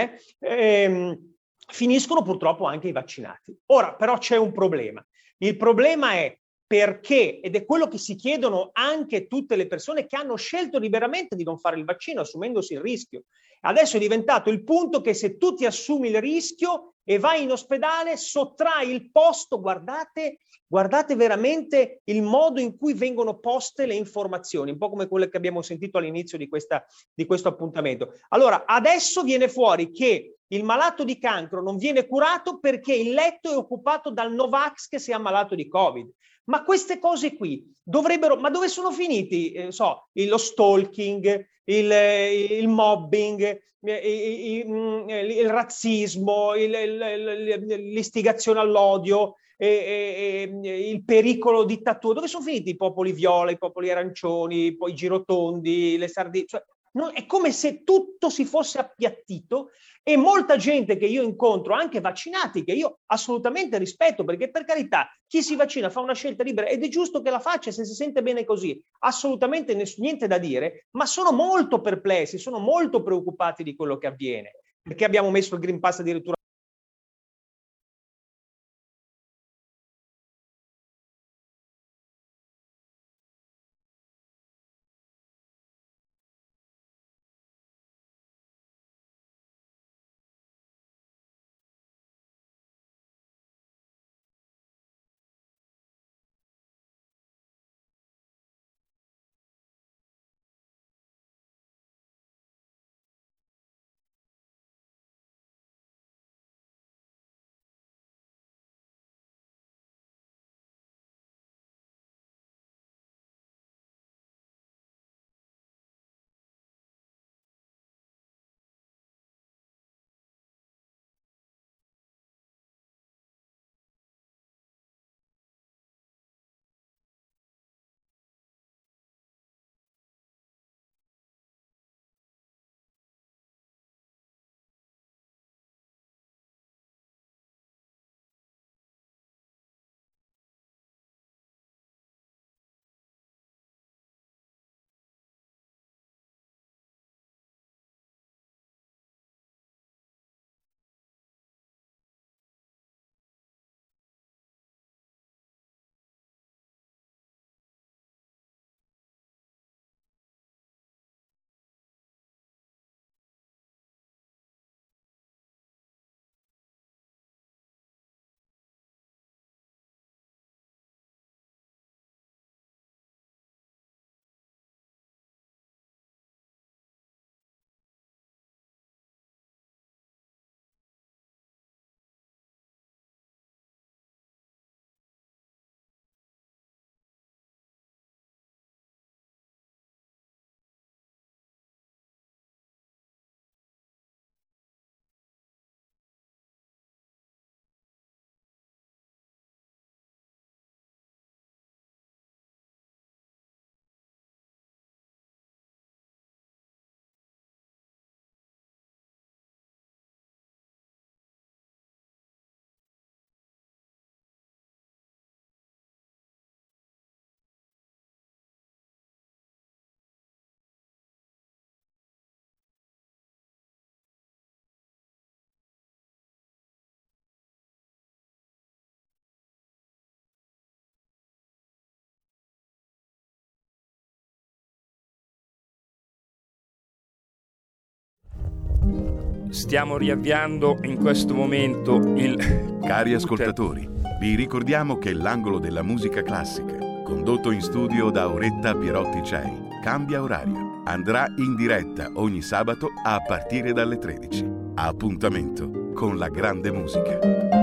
finiscono purtroppo anche i vaccinati. Ora però c'è un problema. Il problema è perché, ed è quello che si chiedono anche tutte le persone che hanno scelto liberamente di non fare il vaccino, assumendosi il rischio. Adesso è diventato il punto che se tu ti assumi il rischio e vai in ospedale, sottrai il posto, guardate veramente il modo in cui vengono poste le informazioni, un po' come quelle che abbiamo sentito all'inizio di questo appuntamento. Allora, adesso viene fuori che il malato di cancro non viene curato perché il letto è occupato dal Novax che si è ammalato di Covid. Ma queste cose qui dovrebbero, ma dove sono finiti? Lo stalking, il mobbing, il razzismo, l'istigazione all'odio, il pericolo dittatura. Dove sono finiti i popoli viola, i popoli arancioni, poi i girotondi, le sardine? Cioè, è come se tutto si fosse appiattito, e molta gente che io incontro, anche vaccinati, che io assolutamente rispetto, perché per carità chi si vaccina fa una scelta libera ed è giusto che la faccia se si sente bene così, assolutamente niente da dire, ma sono molto perplessi, sono molto preoccupati di quello che avviene, perché abbiamo messo il Green Pass addirittura Stiamo riavviando in questo momento il... Cari ascoltatori, vi ricordiamo che l'angolo della musica classica, condotto in studio da Auretta Pierotti Cei, cambia orario. Andrà in diretta ogni sabato a partire dalle 13. Appuntamento con la grande musica.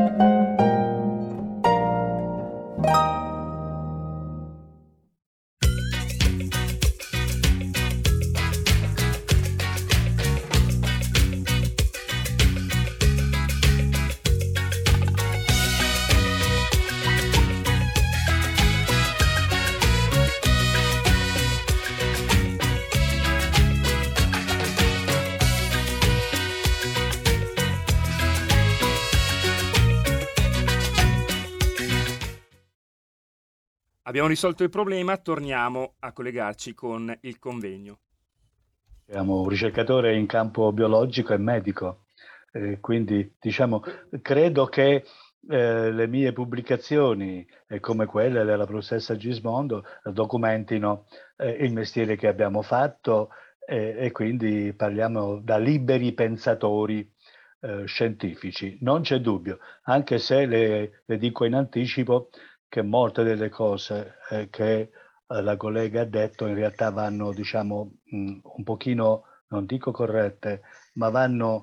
Abbiamo risolto il problema, torniamo a collegarci con il convegno. Siamo un ricercatore in campo biologico e medico, quindi diciamo, credo che le mie pubblicazioni, come quelle della professoressa Gismondo, documentino il mestiere che abbiamo fatto e quindi parliamo da liberi pensatori scientifici. Non c'è dubbio, anche se le dico in anticipo che molte delle cose che la collega ha detto in realtà vanno, diciamo, un pochino, non dico corrette, ma vanno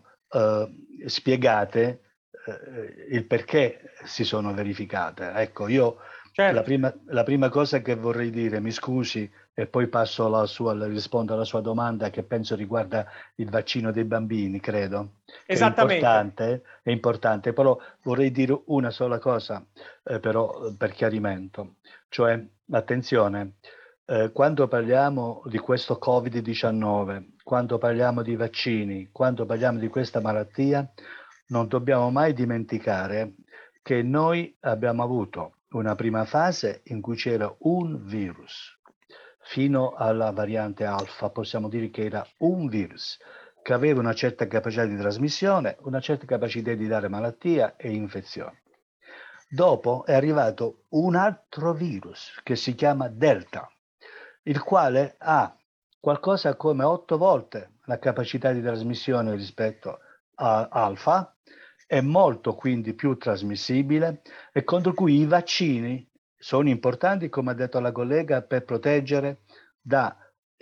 spiegate il perché si sono verificate. Ecco, io certo. la prima cosa che vorrei dire, mi scusi, e poi passo rispondo alla sua domanda, che penso riguarda il vaccino dei bambini, credo. Esattamente. È importante, però vorrei dire una sola cosa, però per chiarimento. Cioè, attenzione, quando parliamo di questo Covid-19, quando parliamo di vaccini, quando parliamo di questa malattia, non dobbiamo mai dimenticare che noi abbiamo avuto una prima fase in cui c'era un virus. Fino alla variante alfa possiamo dire che era un virus che aveva una certa capacità di trasmissione, una certa capacità di dare malattia e infezione. Dopo è arrivato un altro virus che si chiama Delta, il quale ha qualcosa come 8 volte la capacità di trasmissione rispetto a alfa, è molto quindi più trasmissibile e contro cui i vaccini sono importanti, come ha detto la collega, per proteggere da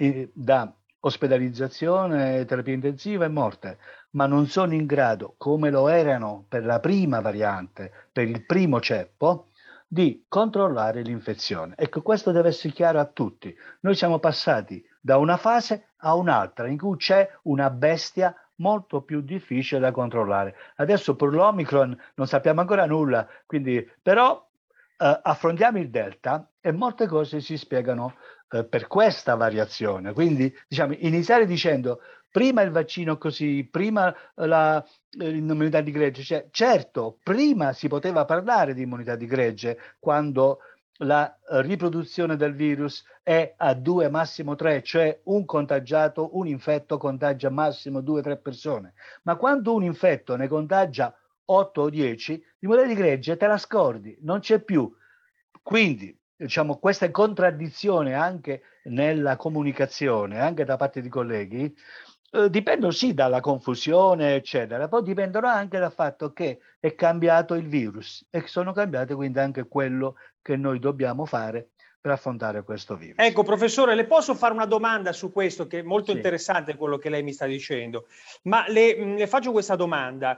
ospedalizzazione, terapia intensiva e morte, ma non sono in grado, come lo erano per la prima variante, per il primo ceppo, di controllare l'infezione. Ecco, questo deve essere chiaro a tutti. Noi siamo passati da una fase a un'altra in cui c'è una bestia molto più difficile da controllare. Adesso per l'Omicron non sappiamo ancora nulla, quindi però affrontiamo il Delta e molte cose si spiegano per questa variazione. Quindi diciamo, iniziare dicendo prima il vaccino così, prima l'immunità di gregge, cioè, certo, prima si poteva parlare di immunità di gregge quando la riproduzione del virus è a 2, massimo 3, cioè un contagiato, un infetto contagia massimo 2-3 persone, ma quando un infetto ne contagia 8 o 10, l'immunità di gregge te la scordi, non c'è più. Quindi, diciamo, questa contraddizione anche nella comunicazione, anche da parte di colleghi, dipendono sì dalla confusione, eccetera, poi dipendono anche dal fatto che è cambiato il virus e sono cambiate quindi anche quello che noi dobbiamo fare per affrontare questo virus. Ecco, professore, le posso fare una domanda su questo, che è molto interessante quello che lei mi sta dicendo, ma le faccio questa domanda,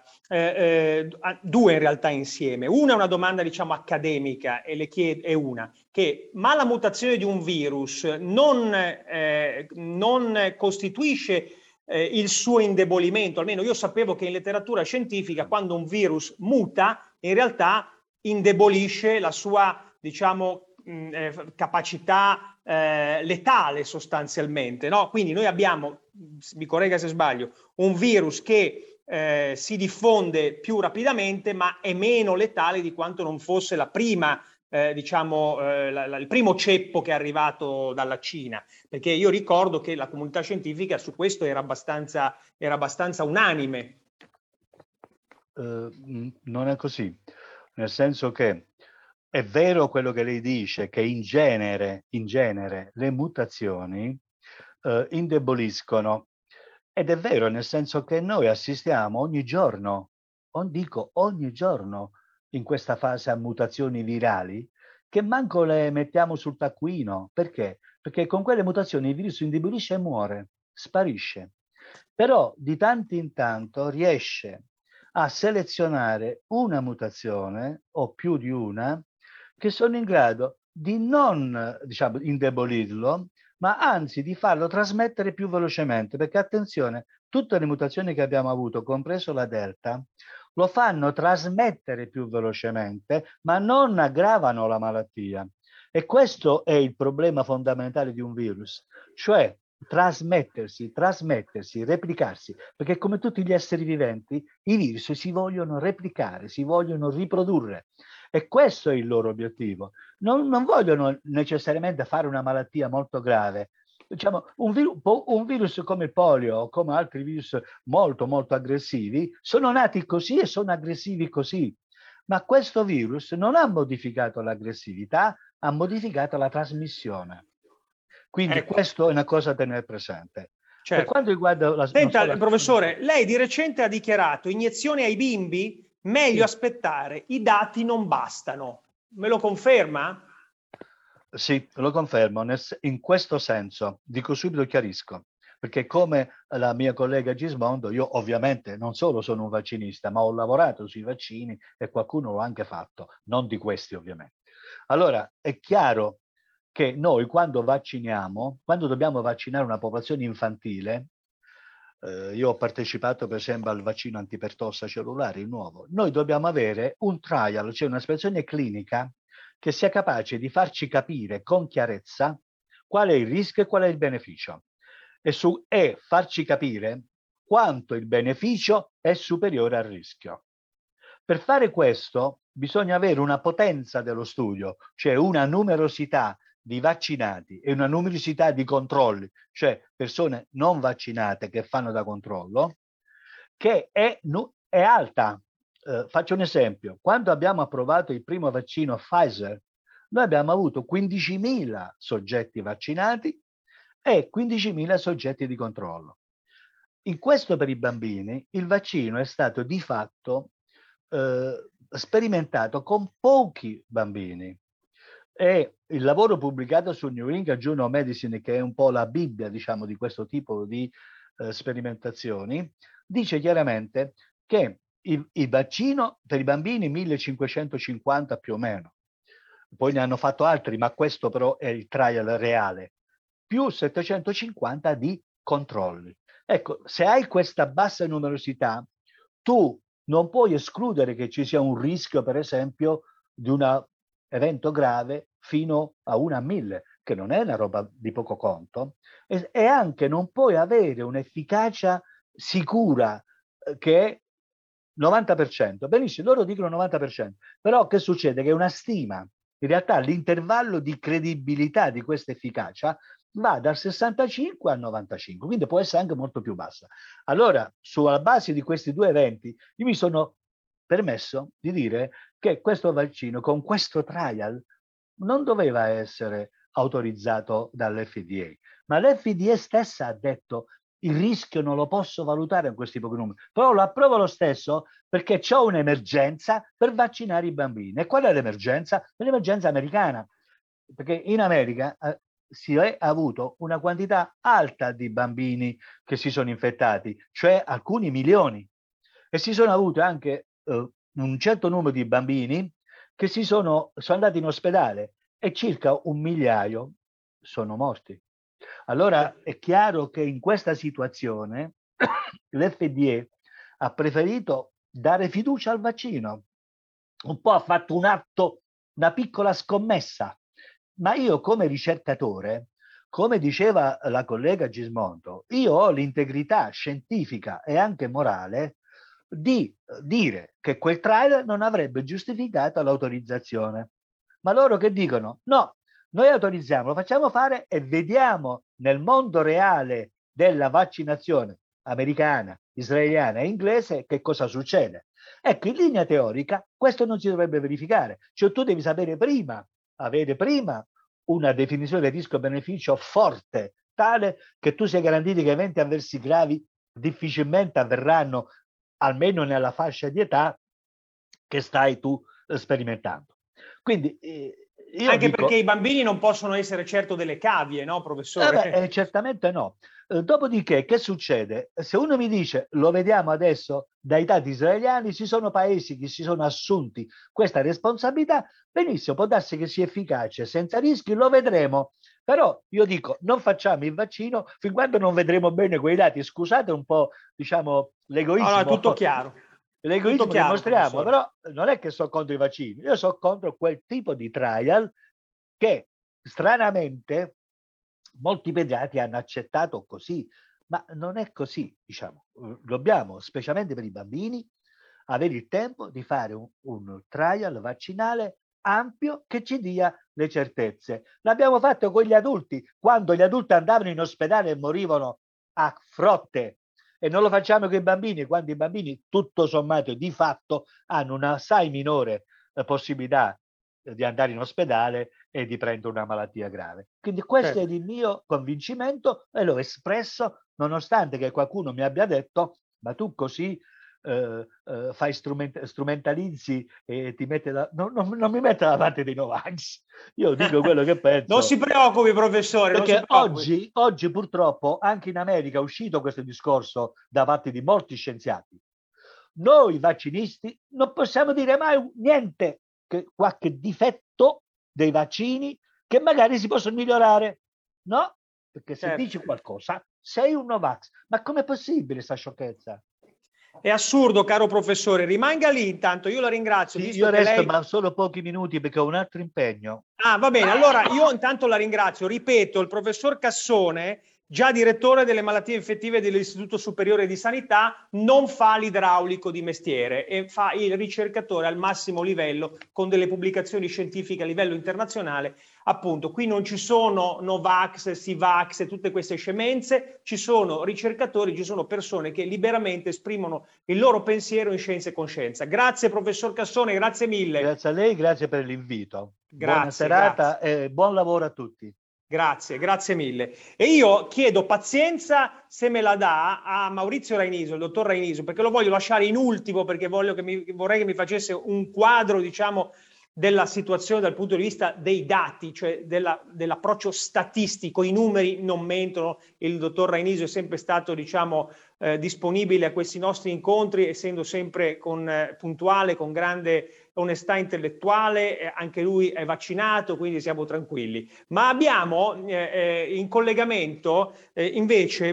due in realtà insieme. Una è una domanda, diciamo, accademica e le chiedo, è una, ma la mutazione di un virus non costituisce il suo indebolimento? Almeno io sapevo che in letteratura scientifica quando un virus muta in realtà indebolisce la sua, diciamo, capacità letale sostanzialmente, no? Quindi noi abbiamo, mi corregga se sbaglio, un virus che si diffonde più rapidamente ma è meno letale di quanto non fosse la prima il primo ceppo che è arrivato dalla Cina, perché io ricordo che la comunità scientifica su questo era abbastanza unanime. Non è così, nel senso che è vero quello che lei dice, che in genere le mutazioni indeboliscono Ed è vero, nel senso che noi assistiamo ogni giorno in questa fase a mutazioni virali che manco le mettiamo sul taccuino. Perché? Perché con quelle mutazioni il virus indebolisce e muore, sparisce. Però di tanto in tanto riesce a selezionare una mutazione o più di una che sono in grado di non, diciamo, indebolirlo, ma anzi di farlo trasmettere più velocemente. Perché attenzione, tutte le mutazioni che abbiamo avuto, compreso la Delta, lo fanno trasmettere più velocemente, ma non aggravano la malattia. E questo è il problema fondamentale di un virus, cioè trasmettersi, replicarsi, perché come tutti gli esseri viventi, i virus si vogliono replicare, si vogliono riprodurre. E questo è il loro obiettivo. Non vogliono necessariamente fare una malattia molto grave. Diciamo, un virus come il polio o come altri virus molto molto aggressivi sono nati così e sono aggressivi così. Ma questo virus non ha modificato l'aggressività, ha modificato la trasmissione. Quindi questo è una cosa da tenere presente. Certo. Per quanto riguarda Senta, professore, lei di recente ha dichiarato: iniezioni ai bimbi, meglio aspettare, i dati non bastano. Me lo conferma? Sì, lo confermo. In questo senso, dico subito, chiarisco, perché come la mia collega Gismondo, io ovviamente non solo sono un vaccinista, ma ho lavorato sui vaccini e qualcuno l'ha anche fatto, non di questi ovviamente. Allora, è chiaro che noi quando vacciniamo, quando dobbiamo vaccinare una popolazione infantile, io ho partecipato per esempio al vaccino antipertossa cellulare, il nuovo, noi dobbiamo avere un trial, cioè una spiegazione clinica che sia capace di farci capire con chiarezza qual è il rischio e qual è il beneficio e farci capire quanto il beneficio è superiore al rischio. Per fare questo bisogna avere una potenza dello studio, cioè una numerosità di vaccinati e una numerosità di controlli, cioè persone non vaccinate che fanno da controllo, che è alta. Faccio un esempio. Quando abbiamo approvato il primo vaccino Pfizer, noi abbiamo avuto 15.000 soggetti vaccinati e 15.000 soggetti di controllo. In questo per i bambini il vaccino è stato di fatto sperimentato con pochi bambini. E il lavoro pubblicato sul New England Journal of Medicine, che è un po' la Bibbia, diciamo, di questo tipo di sperimentazioni, dice chiaramente che il vaccino per i bambini 1550 più o meno, poi ne hanno fatto altri, ma questo però è il trial reale, più 750 di controlli. Ecco, se hai questa bassa numerosità, tu non puoi escludere che ci sia un rischio, per esempio, di un evento grave fino a 1 a 1000, che non è una roba di poco conto, e anche non puoi avere un'efficacia sicura che è 90%. Benissimo, loro dicono 90%, però che succede? Che è una stima. In realtà l'intervallo di credibilità di questa efficacia va dal 65 al 95, quindi può essere anche molto più bassa. Allora, sulla base di questi due eventi, io mi sono permesso di dire che questo vaccino, con questo trial, non doveva essere autorizzato dall'FDA, ma l'FDA stessa ha detto: il rischio non lo posso valutare in questi pochi numeri, però lo approvo lo stesso perché c'ho un'emergenza per vaccinare i bambini. E qual è l'emergenza? L'emergenza americana, perché in America si è avuto una quantità alta di bambini che si sono infettati, cioè alcuni milioni, e si sono avute anche un certo numero di bambini che sono andati in ospedale e circa 1 migliaio sono morti. Allora è chiaro che in questa situazione l'FDA ha preferito dare fiducia al vaccino, un po' ha fatto un atto, una piccola scommessa, ma io come ricercatore, come diceva la collega Gismondo, io ho l'integrità scientifica e anche morale di dire che quel trial non avrebbe giustificato l'autorizzazione. Ma loro che dicono? No, noi autorizziamo, lo facciamo fare e vediamo nel mondo reale della vaccinazione americana, israeliana e inglese che cosa succede. Ecco, in linea teorica questo non si dovrebbe verificare, cioè tu devi sapere prima, avere prima una definizione di rischio-beneficio forte, tale che tu sia garantito che eventi avversi gravi difficilmente avverranno, almeno nella fascia di età che stai tu sperimentando. Quindi io anche dico, perché i bambini non possono essere certo delle cavie, no, professore? Certamente no. Dopodiché, che succede? Se uno mi dice, lo vediamo adesso dai dati israeliani, ci sono paesi che si sono assunti questa responsabilità, benissimo, può darsi che sia efficace, senza rischi, lo vedremo. Però io dico, non facciamo il vaccino fin quando non vedremo bene quei dati. Scusate un po', diciamo, l'egoismo. No, è tutto chiaro. L'egoismo tutto chiaro, che mostriamo, professore. però non è che sono contro i vaccini, io sono contro quel tipo di trial che stranamente molti pediatri hanno accettato così, ma non è così, diciamo. Dobbiamo, specialmente per i bambini, avere il tempo di fare un trial vaccinale ampio che ci dia le certezze. L'abbiamo fatto con gli adulti, quando gli adulti andavano in ospedale e morivano a frotte, e non lo facciamo con i bambini, quando i bambini tutto sommato di fatto hanno una assai minore possibilità di andare in ospedale e di prendere una malattia grave. Quindi questo è il mio convincimento e l'ho espresso, nonostante che qualcuno mi abbia detto, ma tu così fai strumentalizzi e ti mette non mi mette da parte dei Novax. Io dico quello che penso. Non si preoccupi, professore. Perché oggi purtroppo anche in America è uscito questo discorso da parte di molti scienziati. Noi vaccinisti non possiamo dire mai niente, che qualche difetto dei vaccini che magari si possono migliorare. No? Perché se dici qualcosa sei un Novax. Ma com'è possibile questa sciocchezza? È assurdo, caro professore. Rimanga lì intanto, io la ringrazio. Sì, io resto, ma solo pochi minuti perché ho un altro impegno. Ah, va bene. Allora io intanto la ringrazio. Ripeto, il professor Cassone, già direttore delle malattie infettive dell'Istituto Superiore di Sanità, non fa l'idraulico di mestiere e fa il ricercatore al massimo livello con delle pubblicazioni scientifiche a livello internazionale. Appunto, qui non ci sono Novax, Sivax e tutte queste scemenze, ci sono ricercatori, ci sono persone che liberamente esprimono il loro pensiero in scienza e coscienza. Grazie professor Cassone, grazie mille. Grazie a lei, grazie per l'invito. Grazie, buona serata e buon lavoro a tutti. Grazie mille. E io chiedo pazienza, se me la dà, a Maurizio Rainiso, il dottor Rainiso, perché lo voglio lasciare in ultimo, perché vorrei che mi facesse un quadro, diciamo, della situazione dal punto di vista dei dati, cioè dell'approccio statistico. I numeri non mentono, il dottor Rainiso è sempre stato, diciamo, disponibile a questi nostri incontri, essendo sempre puntuale, con grande onestà intellettuale, anche lui è vaccinato, quindi siamo tranquilli. Ma abbiamo in collegamento invece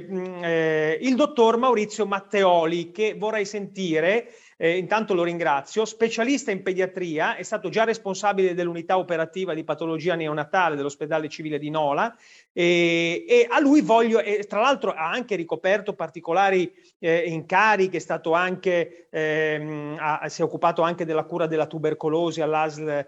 il dottor Maurizio Matteoli, che vorrei sentire. Intanto lo ringrazio, specialista in pediatria, è stato già responsabile dell'unità operativa di patologia neonatale dell'ospedale civile di Nola e a lui voglio, tra l'altro ha anche ricoperto particolari incarichi, è stato anche, si è occupato anche della cura della tubercolosi all'ASL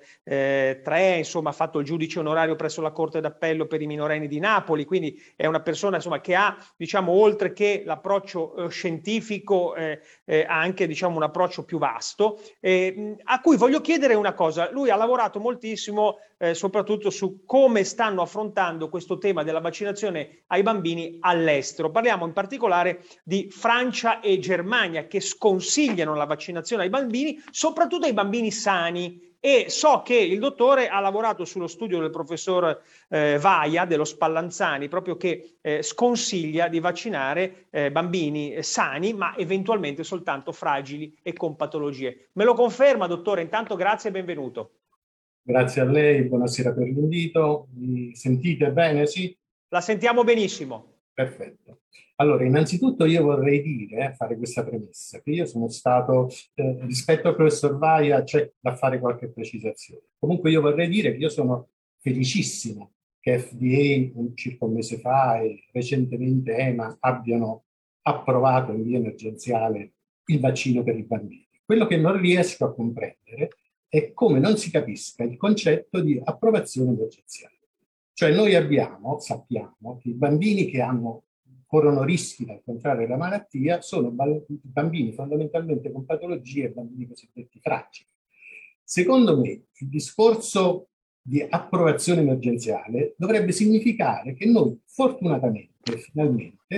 3, insomma ha fatto il giudice onorario presso la Corte d'Appello per i minorenni di Napoli, quindi è una persona, insomma, che ha, diciamo, oltre che l'approccio scientifico, ha anche, diciamo, un approccio più vasto, a cui voglio chiedere una cosa. Lui ha lavorato moltissimo soprattutto su come stanno affrontando questo tema della vaccinazione ai bambini all'estero. Parliamo in particolare di Francia e Germania, che sconsigliano la vaccinazione ai bambini, soprattutto ai bambini sani. E so che il dottore ha lavorato sullo studio del professor Vaia dello Spallanzani, proprio che sconsiglia di vaccinare bambini sani, ma eventualmente soltanto fragili e con patologie. Me lo conferma, dottore? Intanto grazie e benvenuto. Grazie a lei, buonasera per l'invito. Mi sentite bene, sì? La sentiamo benissimo. Perfetto. Allora, innanzitutto io vorrei fare questa premessa, che io sono stato, rispetto al professor Vaia c'è da fare qualche precisazione. Comunque io vorrei dire che io sono felicissimo che FDA circa un mese fa e recentemente EMA abbiano approvato in via emergenziale il vaccino per i bambini. Quello che non riesco a comprendere è come non si capisca il concetto di approvazione emergenziale. Cioè noi sappiamo che i bambini che corrono rischi dal contrarre la malattia sono bambini fondamentalmente con patologie e bambini cosiddetti fragili. Secondo me il discorso di approvazione emergenziale dovrebbe significare che noi fortunatamente, finalmente,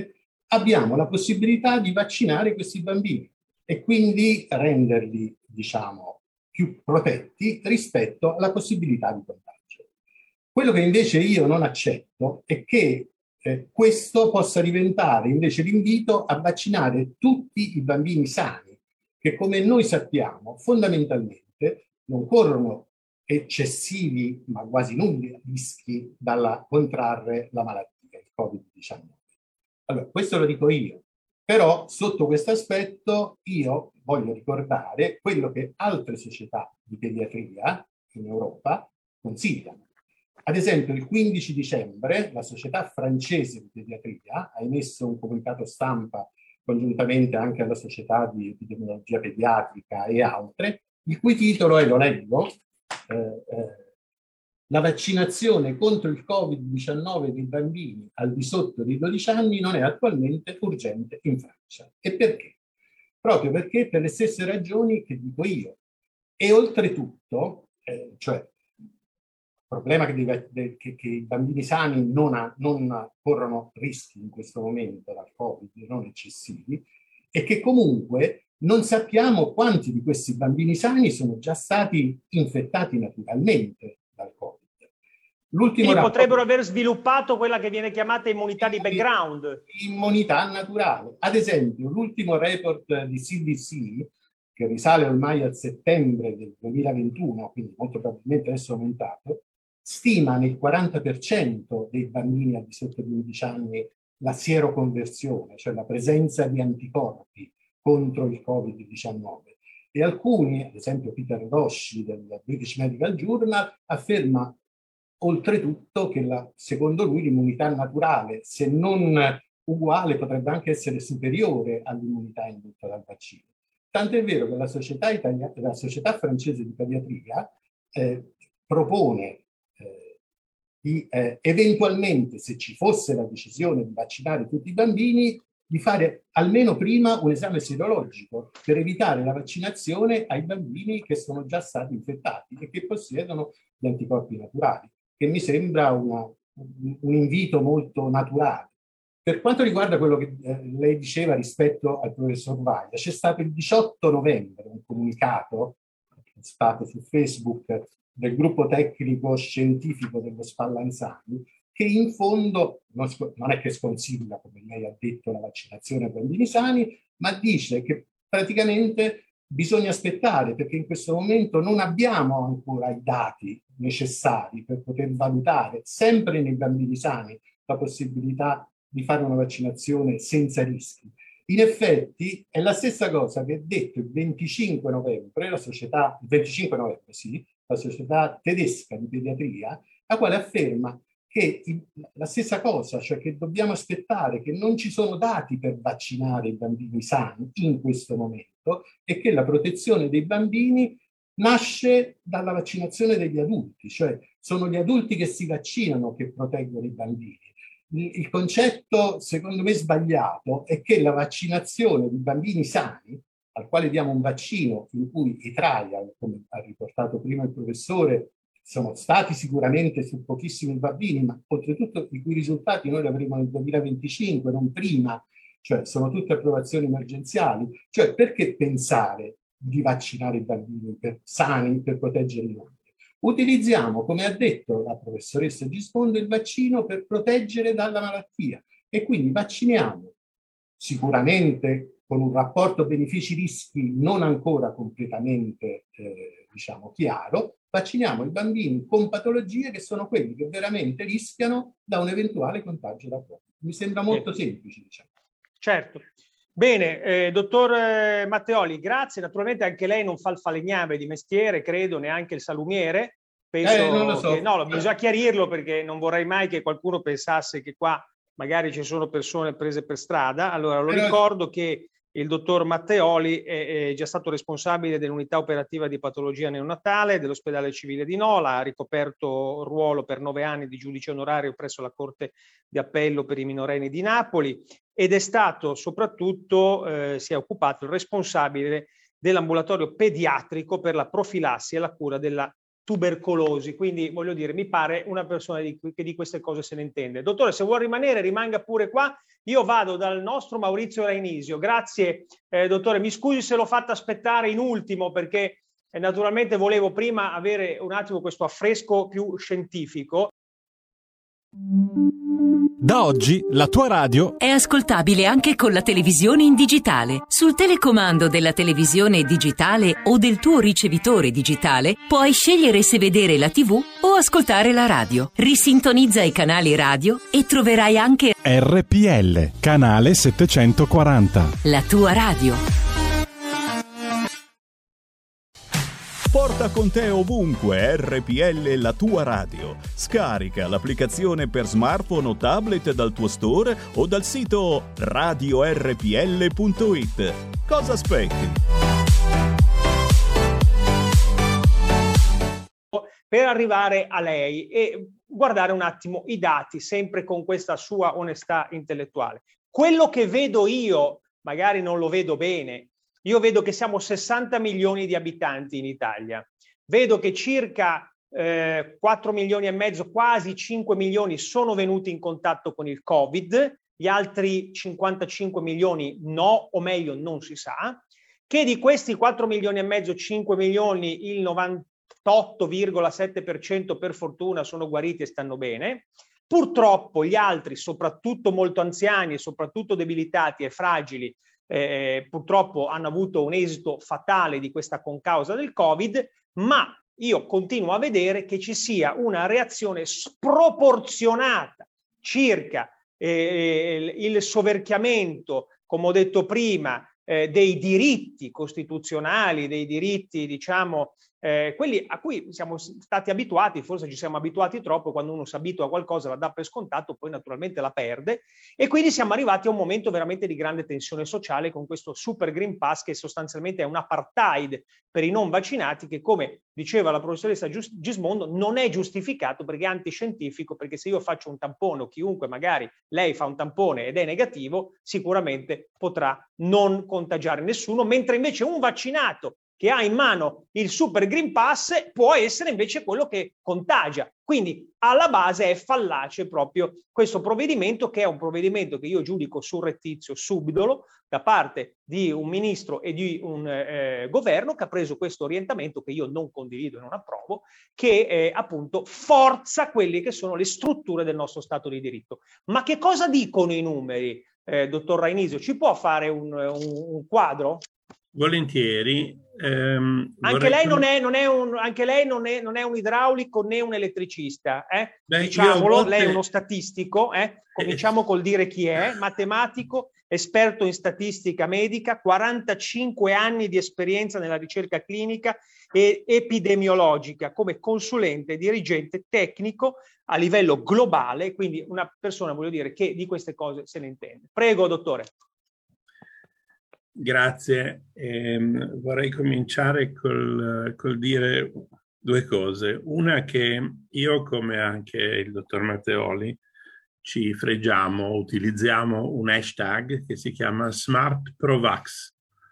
abbiamo la possibilità di vaccinare questi bambini e quindi renderli, diciamo, più protetti rispetto alla possibilità di contagio. Quello che invece io non accetto è che questo possa diventare invece l'invito a vaccinare tutti i bambini sani, che come noi sappiamo fondamentalmente non corrono eccessivi, ma quasi nulli rischi dalla contrarre la malattia, il Covid-19. Allora, questo lo dico io, però sotto questo aspetto io voglio ricordare quello che altre società di pediatria in Europa consigliano. Ad esempio, il 15 dicembre la Società Francese di Pediatria ha emesso un comunicato stampa congiuntamente anche alla Società di Epidemiologia Pediatrica e altre, il cui titolo è, lo leggo, la vaccinazione contro il Covid-19 dei bambini al di sotto dei 12 anni non è attualmente urgente in Francia. E perché? Proprio perché per le stesse ragioni che dico io. E oltretutto, cioè, il problema che i bambini sani non corrono rischi in questo momento dal Covid, non eccessivi, e che comunque non sappiamo quanti di questi bambini sani sono già stati infettati naturalmente dal Covid. Quindi potrebbero aver sviluppato quella che viene chiamata immunità di background. Immunità naturale. Ad esempio, l'ultimo report di CDC, che risale ormai al settembre del 2021, quindi molto probabilmente adesso è aumentato, stima nel 40% dei bambini al di sotto di 11 anni la sieroconversione, cioè la presenza di anticorpi contro il Covid-19. E alcuni, ad esempio Peter Roshi del British Medical Journal, afferma oltretutto che secondo lui l'immunità naturale, se non uguale, potrebbe anche essere superiore all'immunità indotta dal vaccino. Tant'è vero che la Società Francese di Pediatria propone eventualmente, se ci fosse la decisione di vaccinare tutti i bambini, di fare almeno prima un esame serologico per evitare la vaccinazione ai bambini che sono già stati infettati e che possiedono gli anticorpi naturali, che mi sembra un invito molto naturale. Per quanto riguarda quello che lei diceva rispetto al professor Vaglia, c'è stato il 18 novembre un comunicato stato su Facebook del gruppo tecnico scientifico dello Spallanzani, che in fondo non è che sconsiglia, come lei ha detto, la vaccinazione ai bambini sani, ma dice che praticamente bisogna aspettare, perché in questo momento non abbiamo ancora i dati necessari per poter valutare, sempre nei bambini sani, la possibilità di fare una vaccinazione senza rischi. In effetti è la stessa cosa che ha detto il 25 novembre la società tedesca di pediatria, la quale afferma che la stessa cosa, cioè che dobbiamo aspettare, che non ci sono dati per vaccinare i bambini sani in questo momento e che la protezione dei bambini nasce dalla vaccinazione degli adulti, cioè sono gli adulti che si vaccinano che proteggono i bambini. Il concetto, secondo me sbagliato, è che la vaccinazione di bambini sani, al quale diamo un vaccino in cui i trial, come ha riportato prima il professore, sono stati sicuramente su pochissimi bambini, ma oltretutto i cui risultati noi li avremo nel 2025, non prima, cioè sono tutte approvazioni emergenziali. Cioè perché pensare di vaccinare i bambini sani per proteggere noi? Utilizziamo, come ha detto la professoressa Gismondo, il vaccino per proteggere dalla malattia e quindi vacciniamo sicuramente con un rapporto benefici-rischi non ancora completamente chiaro, vacciniamo i bambini con patologie che sono quelli che veramente rischiano da un eventuale contagio da Covid. Mi sembra molto semplice, diciamo. Certo. Bene, dottor Matteoli, grazie. Naturalmente anche lei non fa il falegname di mestiere, credo, neanche il salumiere. Penso non lo so. che, no, bisogna chiarirlo perché non vorrei mai che qualcuno pensasse che qua magari ci sono persone prese per strada. Allora, ricordo che il dottor Matteoli è già stato responsabile dell'unità operativa di patologia neonatale dell'ospedale civile di Nola, ha ricoperto il ruolo per 9 anni di giudice onorario presso la Corte di Appello per i minorenni di Napoli ed è stato soprattutto, si è occupato il responsabile dell'ambulatorio pediatrico per la profilassi e la cura della tubercolosi, quindi voglio dire, mi pare una persona che di queste cose se ne intende. Dottore, se vuol rimanere, rimanga pure qua. Io vado dal nostro Maurizio Rainisio. Grazie, dottore. Mi scusi se l'ho fatta aspettare in ultimo, perché naturalmente volevo prima avere un attimo questo affresco più scientifico. Da oggi la tua radio è ascoltabile anche con la televisione in digitale. Sul telecomando della televisione digitale o del tuo ricevitore digitale puoi scegliere se vedere la TV o ascoltare la radio. Risintonizza i canali radio e troverai anche RPL, canale 740. La tua radio. Porta con te ovunque RPL la tua radio. Scarica l'applicazione per smartphone o tablet dal tuo store o dal sito radiorpl.it. Cosa aspetti? Per arrivare a lei e guardare un attimo i dati, sempre con questa sua onestà intellettuale. Quello che vedo io, magari non lo vedo bene, io vedo che siamo 60 milioni di abitanti in Italia, vedo che circa 4 milioni e mezzo, quasi 5 milioni sono venuti in contatto con il Covid, gli altri 55 milioni no, o meglio non si sa, che di questi 4 milioni e mezzo, 5 milioni, il 98,7% per fortuna sono guariti e stanno bene. Purtroppo gli altri, soprattutto molto anziani e soprattutto debilitati e fragili, purtroppo hanno avuto un esito fatale di questa concausa del Covid, ma io continuo a vedere che ci sia una reazione sproporzionata circa il soverchiamento, come ho detto prima, dei diritti costituzionali, dei diritti, diciamo, quelli a cui siamo stati abituati, forse ci siamo abituati troppo. Quando uno si abitua a qualcosa la dà per scontato, poi naturalmente la perde, e quindi siamo arrivati a un momento veramente di grande tensione sociale con questo Super Green Pass, che sostanzialmente è un apartheid per i non vaccinati, che, come diceva la professoressa Gismondo, non è giustificato perché è antiscientifico, perché se io faccio un tampone, o chiunque, magari lei fa un tampone ed è negativo, sicuramente potrà non contagiare nessuno, mentre invece un vaccinato che ha in mano il Super Green Pass può essere invece quello che contagia. Quindi alla base è fallace proprio questo provvedimento, che è un provvedimento che io giudico surrettizio, subdolo, da parte di un ministro e di un governo che ha preso questo orientamento, che io non condivido e non approvo, che appunto forza quelle che sono le strutture del nostro Stato di diritto. Ma che cosa dicono i numeri, dottor Rainisio? Ci può fare un quadro? Volentieri. Anche lei non è un idraulico né un elettricista, Beh, diciamolo, lei è uno statistico, cominciamo col dire chi è: matematico, esperto in statistica medica, 45 anni di esperienza nella ricerca clinica e epidemiologica come consulente e dirigente tecnico a livello globale, quindi una persona, voglio dire, che di queste cose se ne intende. Prego, dottore. Grazie. Vorrei cominciare col dire due cose. Una, che io, come anche il dottor Matteoli, ci fregiamo, utilizziamo un hashtag che si chiama SmartProVax,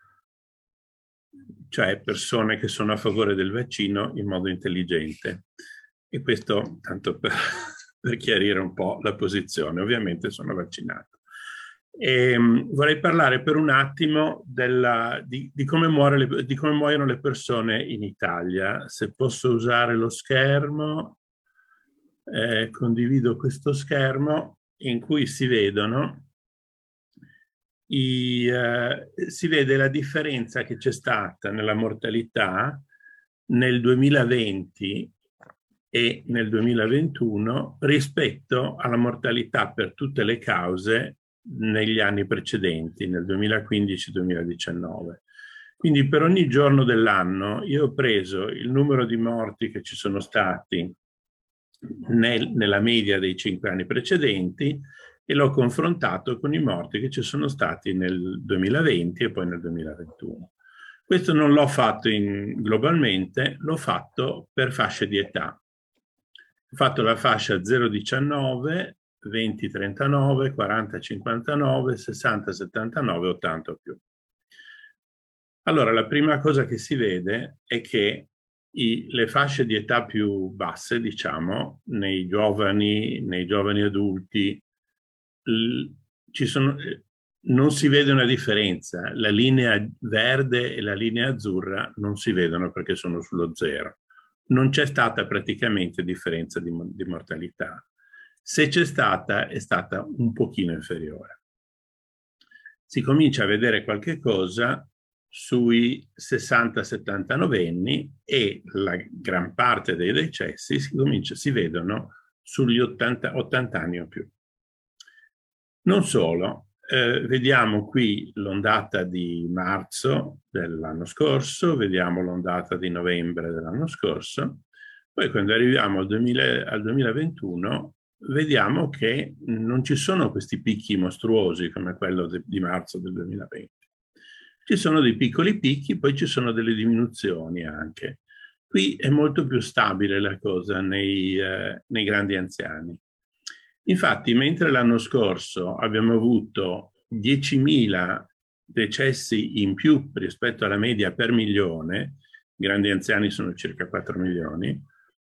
cioè persone che sono a favore del vaccino in modo intelligente. E questo tanto per chiarire un po' la posizione. Ovviamente sono vaccinato. E vorrei parlare per un attimo di come muoiono le persone in Italia. Se posso usare lo schermo, condivido questo schermo in cui si vedono si vede la differenza che c'è stata nella mortalità nel 2020 e nel 2021 rispetto alla mortalità per tutte le cause negli anni precedenti, nel 2015-2019. Quindi per ogni giorno dell'anno io ho preso il numero di morti che ci sono stati nella media dei 5 anni precedenti e l'ho confrontato con i morti che ci sono stati nel 2020 e poi nel 2021. Questo non l'ho fatto globalmente, l'ho fatto per fasce di età. Ho fatto la fascia 0-19, 20-39, 40-59, 60-79, 80 o più. Allora, la prima cosa che si vede è che le fasce di età più basse, diciamo, nei giovani adulti, non si vede una differenza. La linea verde e la linea azzurra non si vedono perché sono sullo zero. Non c'è stata praticamente differenza di mortalità. Se c'è stata, è stata un pochino inferiore. Si comincia a vedere qualche cosa sui 60-79 anni e la gran parte dei decessi si vedono sugli 80 anni o più. Non solo, vediamo qui l'ondata di marzo dell'anno scorso, vediamo l'ondata di novembre dell'anno scorso, poi quando arriviamo al 2021 vediamo che non ci sono questi picchi mostruosi come quello di marzo del 2020. Ci sono dei piccoli picchi, poi ci sono delle diminuzioni anche. Qui è molto più stabile la cosa nei grandi anziani. Infatti, mentre l'anno scorso abbiamo avuto 10.000 decessi in più rispetto alla media per milione, i grandi anziani sono circa 4 milioni,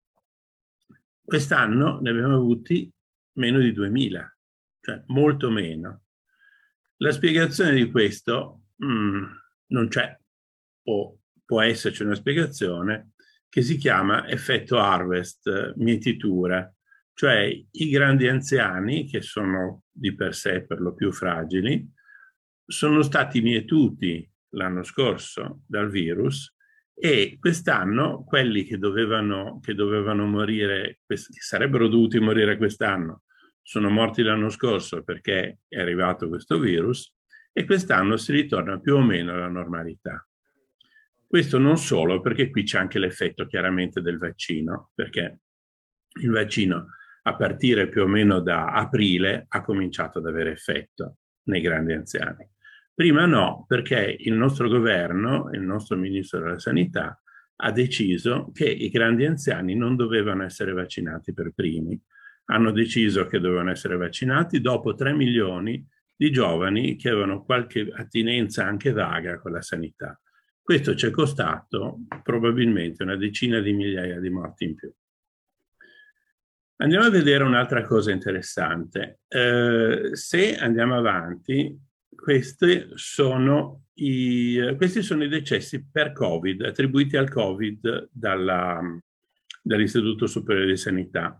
quest'anno ne abbiamo avuti meno di 2.000, cioè molto meno. La spiegazione di questo non c'è, o può esserci una spiegazione che si chiama effetto harvest, mietitura, cioè i grandi anziani, che sono di per sé per lo più fragili, sono stati mietuti l'anno scorso dal virus e quest'anno quelli che dovevano morire, che sarebbero dovuti morire quest'anno, sono morti l'anno scorso perché è arrivato questo virus e quest'anno si ritorna più o meno alla normalità. Questo non solo, perché qui c'è anche l'effetto chiaramente del vaccino, perché il vaccino a partire più o meno da aprile ha cominciato ad avere effetto nei grandi anziani. Prima no, perché il nostro governo, il nostro ministro della Sanità, ha deciso che i grandi anziani non dovevano essere vaccinati per primi. Hanno deciso che dovevano essere vaccinati dopo 3 milioni di giovani che avevano qualche attinenza anche vaga con la sanità. Questo ci è costato probabilmente una decina di migliaia di morti in più. Andiamo a vedere un'altra cosa interessante. Se andiamo avanti, questi sono i decessi per Covid, attribuiti al Covid dall'Istituto Superiore di Sanità.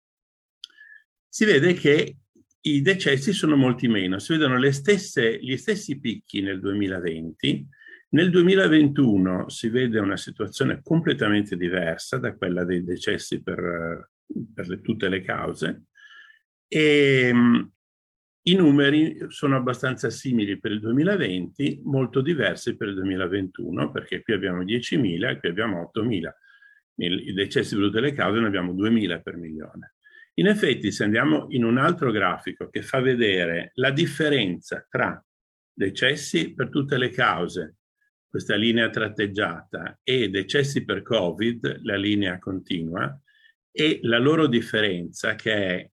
Si vede che i decessi sono molti meno, si vedono gli stessi picchi nel 2020, nel 2021 si vede una situazione completamente diversa da quella dei decessi per tutte le cause e i numeri sono abbastanza simili per il 2020, molto diversi per il 2021, perché qui abbiamo 10.000 e qui abbiamo 8.000. I decessi per tutte le cause ne abbiamo 2.000 per milione. In effetti, se andiamo in un altro grafico che fa vedere la differenza tra decessi per tutte le cause, questa linea tratteggiata, e decessi per Covid, la linea continua, e la loro differenza che è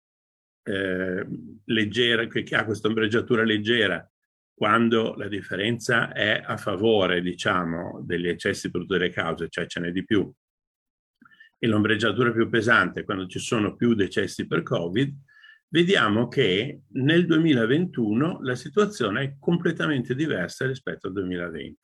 leggera, che ha questa ombreggiatura leggera, quando la differenza è a favore, diciamo, degli eccessi per tutte le cause, cioè ce n'è di più, e l'ombreggiatura più pesante quando ci sono più decessi per Covid, vediamo che nel 2021 la situazione è completamente diversa rispetto al 2020.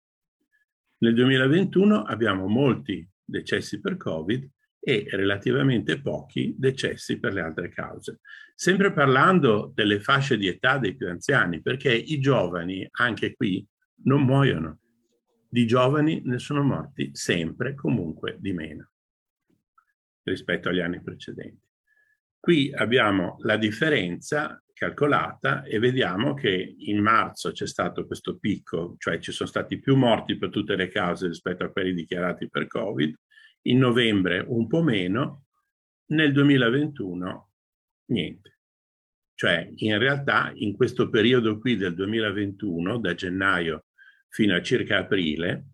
Nel 2021 abbiamo molti decessi per Covid e relativamente pochi decessi per le altre cause. Sempre parlando delle fasce di età dei più anziani, perché i giovani, anche qui, non muoiono. Di giovani ne sono morti sempre, comunque, di meno rispetto agli anni precedenti. Qui abbiamo la differenza calcolata e vediamo che in marzo c'è stato questo picco, cioè ci sono stati più morti per tutte le cause rispetto a quelli dichiarati per Covid, in novembre un po' meno, nel 2021 niente. Cioè in realtà in questo periodo qui del 2021, da gennaio fino a circa aprile,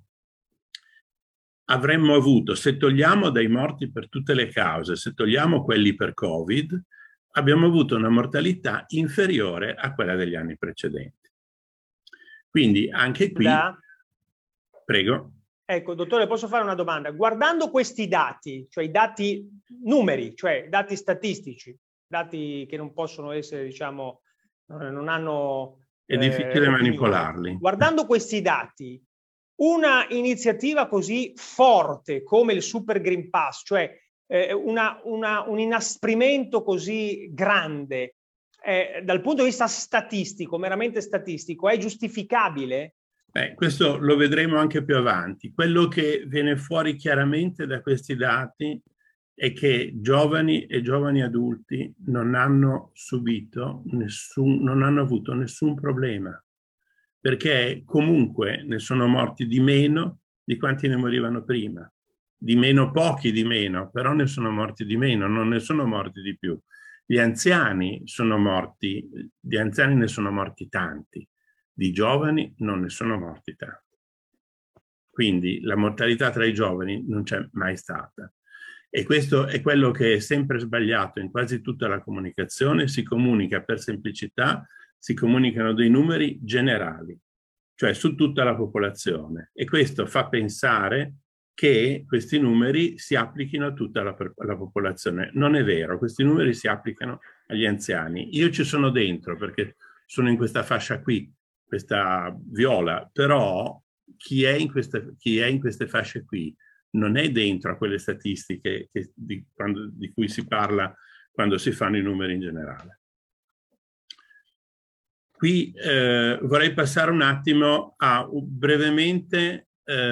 avremmo avuto, se togliamo dai morti per tutte le cause, se togliamo quelli per Covid, abbiamo avuto una mortalità inferiore a quella degli anni precedenti. Quindi anche qui... Prego. Ecco, dottore, posso fare una domanda? Guardando questi dati, cioè i dati numeri, cioè dati statistici, dati che non possono essere, diciamo, non hanno... È difficile manipolarli. Guardando questi dati, una iniziativa così forte come il Super Green Pass, cioè un inasprimento così grande, dal punto di vista statistico, meramente statistico, è giustificabile? Questo lo vedremo anche più avanti. Quello che viene fuori chiaramente da questi dati è che giovani e giovani adulti non hanno non hanno avuto nessun problema, perché comunque ne sono morti di meno di quanti ne morivano prima. Di meno, pochi di meno, però ne sono morti di meno, non ne sono morti di più. Gli anziani sono morti, di anziani ne sono morti tanti, di giovani non ne sono morti tanti. Quindi la mortalità tra i giovani non c'è mai stata. E questo è quello che è sempre sbagliato in quasi tutta la comunicazione. Si comunica per semplicità, si comunicano dei numeri generali, cioè su tutta la popolazione. E questo fa pensare che questi numeri si applichino a tutta la popolazione. Non è vero, questi numeri si applicano agli anziani. Io ci sono dentro perché sono in questa fascia qui, questa viola, però chi è in queste fasce qui non è dentro a quelle statistiche di cui si parla quando si fanno i numeri in generale. Qui vorrei passare un attimo brevemente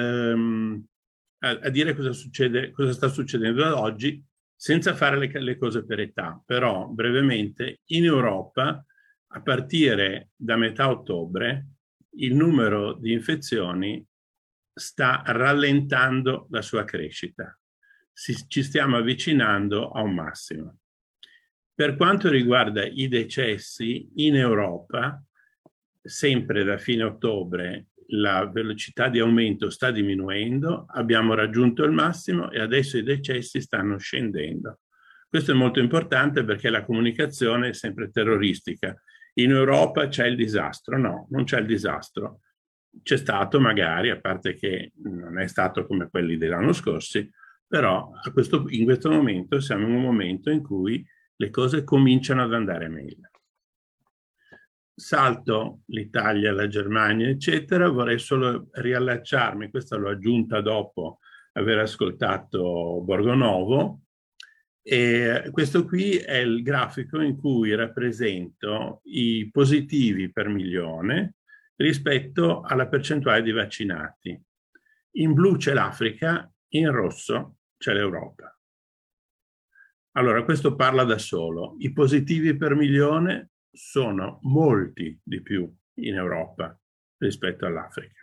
a dire cosa sta succedendo ad oggi, senza fare le cose per età, però brevemente in Europa a partire da metà ottobre il numero di infezioni sta rallentando la sua crescita. Ci stiamo avvicinando a un massimo. Per quanto riguarda i decessi in Europa, sempre da fine ottobre la velocità di aumento sta diminuendo, abbiamo raggiunto il massimo e adesso i decessi stanno scendendo. Questo è molto importante perché la comunicazione è sempre terroristica. In Europa c'è il disastro. No, non c'è il disastro. C'è stato magari, a parte che non è stato come quelli dell'anno scorso, però in questo momento siamo in un momento in cui le cose cominciano ad andare meglio. Salto l'Italia, la Germania, eccetera, vorrei solo riallacciarmi, questa l'ho aggiunta dopo aver ascoltato Borgonovo, e questo qui è il grafico in cui rappresento i positivi per milione rispetto alla percentuale di vaccinati. In blu c'è l'Africa, in rosso c'è l'Europa. Allora, questo parla da solo. I positivi per milione sono molti di più in Europa rispetto all'Africa.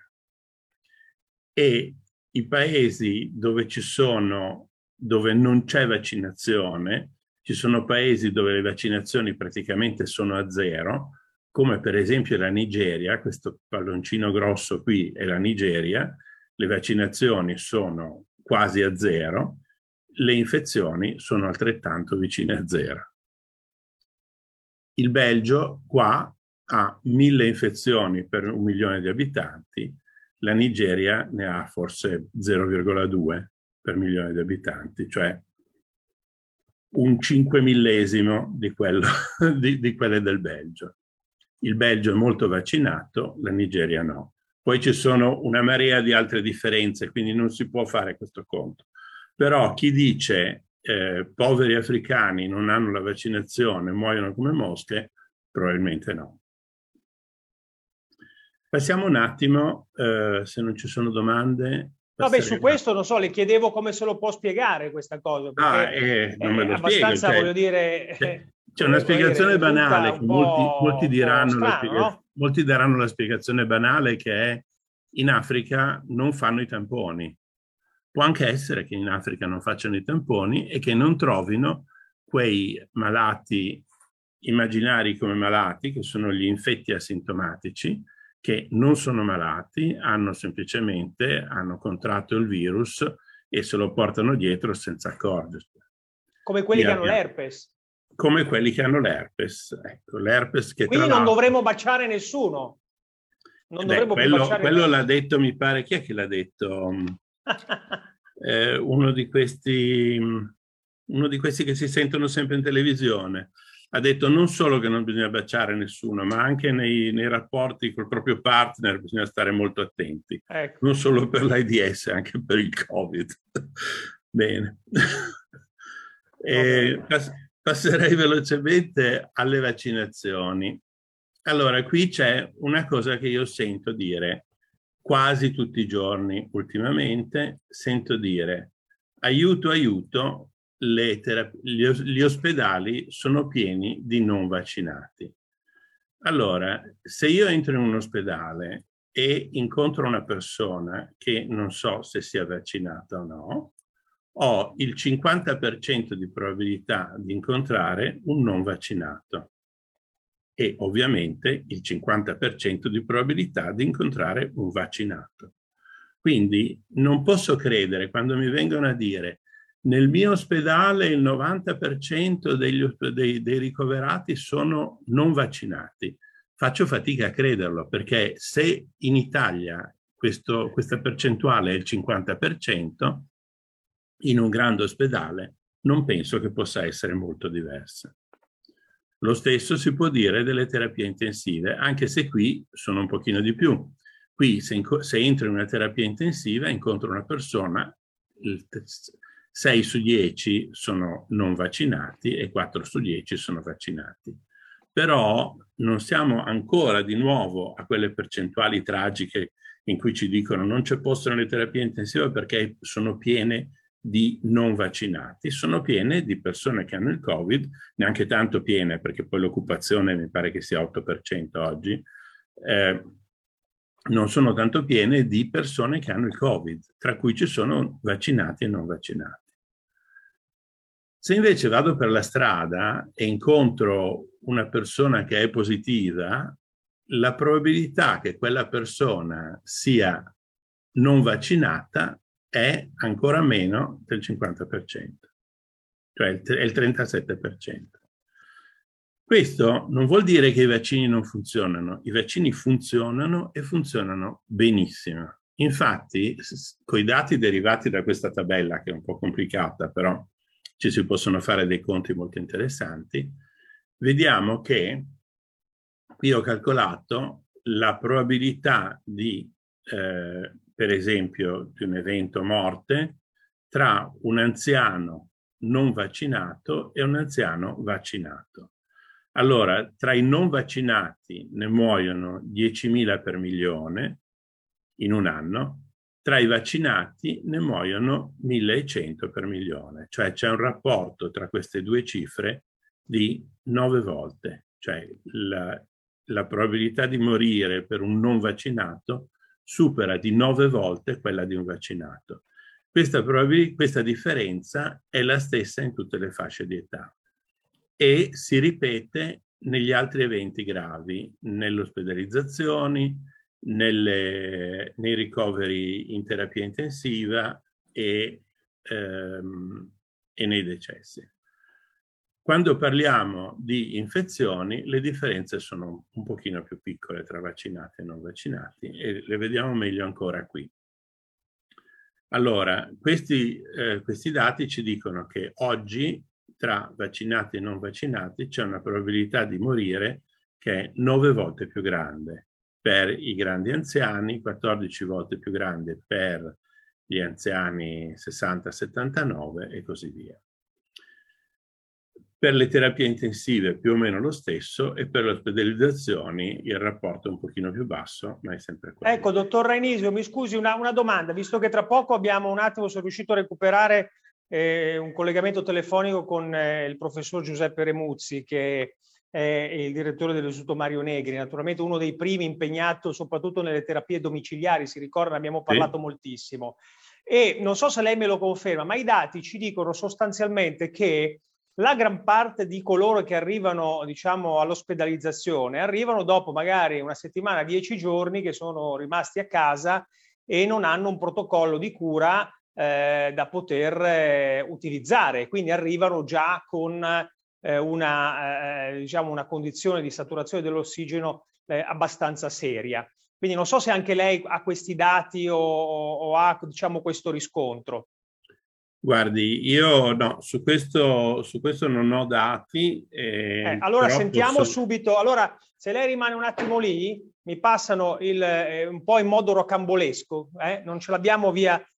E i paesi dove non c'è vaccinazione, ci sono paesi dove le vaccinazioni praticamente sono a zero, come per esempio la Nigeria, questo palloncino grosso qui è la Nigeria, le vaccinazioni sono quasi a zero, le infezioni sono altrettanto vicine a zero. Il Belgio qua ha 1000 infezioni per 1 milione di abitanti, la Nigeria ne ha forse 0,2 per milione di abitanti, cioè un 5.000esimo di quelle del Belgio. Il Belgio è molto vaccinato, la Nigeria no. Poi ci sono una marea di altre differenze, quindi non si può fare questo conto. Però chi dice poveri africani non hanno la vaccinazione, muoiono come mosche, probabilmente no. Passiamo un attimo, se non ci sono domande. Vabbè, su questo non so, le chiedevo come se lo può spiegare questa cosa. Non me lo abbastanza, spiego, voglio dire... C'è una spiegazione banale, che molti daranno strano, la spiegazione banale, che è: in Africa non fanno i tamponi. Può anche essere che in Africa non facciano i tamponi e che non trovino quei malati immaginari come malati, che sono gli infetti asintomatici, che non sono malati, hanno contratto il virus e se lo portano dietro senza accorgersi. Come quelli che hanno l'herpes. Come quelli che hanno l'herpes. Ecco, l'herpes che quindi non dovremmo baciare nessuno. Quello l'ha detto, mi pare, chi è che l'ha detto? uno di questi che si sentono sempre in televisione. Ha detto non solo che non bisogna baciare nessuno, ma anche nei rapporti col proprio partner bisogna stare molto attenti. Ecco. Non solo per l'AIDS, anche per il Covid. Bene. Passerei velocemente alle vaccinazioni. Allora, qui c'è una cosa che io sento dire quasi tutti i giorni ultimamente, sento dire aiuto, aiuto, gli ospedali sono pieni di non vaccinati. Allora, se io entro in un ospedale e incontro una persona che non so se sia vaccinata o no, ho il 50% di probabilità di incontrare un non vaccinato e ovviamente il 50% di probabilità di incontrare un vaccinato. Quindi non posso credere quando mi vengono a dire nel mio ospedale il 90% dei ricoverati sono non vaccinati. Faccio fatica a crederlo, perché se in Italia questa percentuale è il 50%, in un grande ospedale non penso che possa essere molto diversa. Lo stesso si può dire delle terapie intensive, anche se qui sono un pochino di più. Qui se entro in una terapia intensiva incontro una persona, 6 su 10 sono non vaccinati e 4 su 10 sono vaccinati. Però non siamo ancora di nuovo a quelle percentuali tragiche in cui ci dicono non c'è posto nelle terapie intensive perché sono piene di non vaccinati, sono piene di persone che hanno il Covid, neanche tanto piene perché poi l'occupazione mi pare che sia 8% oggi, non sono tanto piene di persone che hanno il Covid, tra cui ci sono vaccinati e non vaccinati. Se invece vado per la strada e incontro una persona che è positiva, la probabilità che quella persona sia non vaccinata è ancora meno del 50%, cioè è il 37%. Questo non vuol dire che i vaccini non funzionano, i vaccini funzionano e funzionano benissimo. Infatti, con i dati derivati da questa tabella, che è un po' complicata, però ci si possono fare dei conti molto interessanti, vediamo che qui ho calcolato la probabilità di, per esempio, di un evento morte tra un anziano non vaccinato e un anziano vaccinato. Allora, tra i non vaccinati ne muoiono 10.000 per milione in un anno, tra i vaccinati ne muoiono 1.100 per milione, cioè c'è un rapporto tra queste due cifre di 9 volte, cioè la probabilità di morire per un non vaccinato supera di 9 volte quella di un vaccinato. Questa differenza è la stessa in tutte le fasce di età e si ripete negli altri eventi gravi, nelle ospedalizzazioni, nei ricoveri in terapia intensiva e nei decessi. Quando parliamo di infezioni, le differenze sono un pochino più piccole tra vaccinati e non vaccinati e le vediamo meglio ancora qui. Allora, questi dati ci dicono che oggi tra vaccinati e non vaccinati c'è una probabilità di morire che è 9 volte più grande per i grandi anziani, 14 volte più grande per gli anziani 60-79 e così via. Per le terapie intensive più o meno lo stesso e per le ospedalizzazioni il rapporto è un pochino più basso, ma è sempre quello. Ecco, dottor Rainisio, mi scusi una domanda, visto che tra poco abbiamo un attimo, sono riuscito a recuperare un collegamento telefonico con il professor Giuseppe Remuzzi, che è il direttore dell'Istituto Mario Negri, naturalmente uno dei primi impegnato soprattutto nelle terapie domiciliari, si ricorda, ne abbiamo parlato moltissimo. E non so se lei me lo conferma, ma i dati ci dicono sostanzialmente che la gran parte di coloro che arrivano, diciamo, all'ospedalizzazione arrivano dopo magari una settimana, 10 giorni che sono rimasti a casa e non hanno un protocollo di cura da poter utilizzare, quindi arrivano già con diciamo una condizione di saturazione dell'ossigeno abbastanza seria. Quindi non so se anche lei ha questi dati o ha, diciamo, questo riscontro. Guardi, io no, su questo non ho dati. Allora sentiamo subito. Allora, se lei rimane un attimo lì, mi passano un po' in modo rocambolesco. Non ce l'abbiamo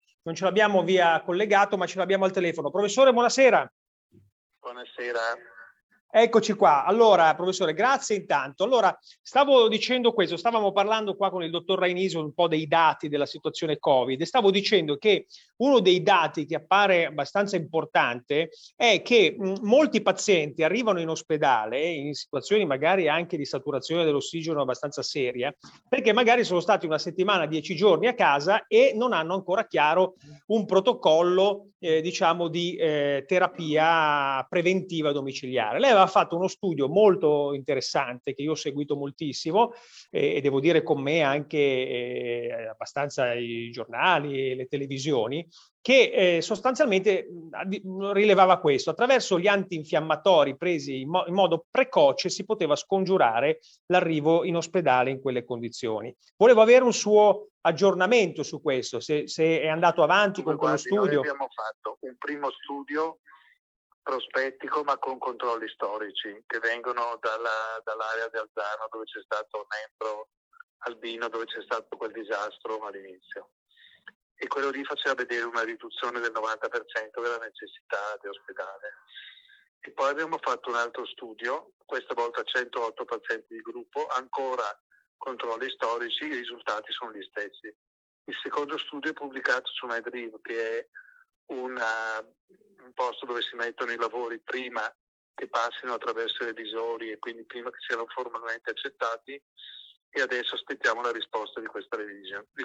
via collegato, ma ce l'abbiamo al telefono. Professore, buonasera. Buonasera. Eccoci qua. Allora, professore, grazie intanto. Allora, stavo dicendo questo, stavamo parlando qua con il dottor Rainiso un po' dei dati della situazione Covid e stavo dicendo che uno dei dati che appare abbastanza importante è che molti pazienti arrivano in ospedale in situazioni magari anche di saturazione dell'ossigeno abbastanza seria, perché magari sono stati una settimana, 10 giorni a casa e non hanno ancora chiaro un protocollo, diciamo, di terapia preventiva domiciliare. Lei aveva fatto uno studio molto interessante che io ho seguito moltissimo e devo dire con me anche abbastanza i giornali e le televisioni, che sostanzialmente rilevava questo: attraverso gli antinfiammatori presi in modo precoce si poteva scongiurare l'arrivo in ospedale in quelle condizioni. Volevo avere un suo aggiornamento su questo, se è andato avanti con quello studio. Noi abbiamo fatto un primo studio prospettico ma con controlli storici che vengono dall'area di Alzano, dove c'è stato Nembro, Albino, dove c'è stato quel disastro all'inizio, e quello lì faceva vedere una riduzione del 90% della necessità di ospedale. E poi abbiamo fatto un altro studio, questa volta 108 pazienti di gruppo, ancora controlli storici, i risultati sono gli stessi. Il secondo studio è pubblicato su MedRiv, che è un posto dove si mettono i lavori prima che passino attraverso i revisori e quindi prima che siano formalmente accettati, e adesso aspettiamo la risposta di questa revisione, di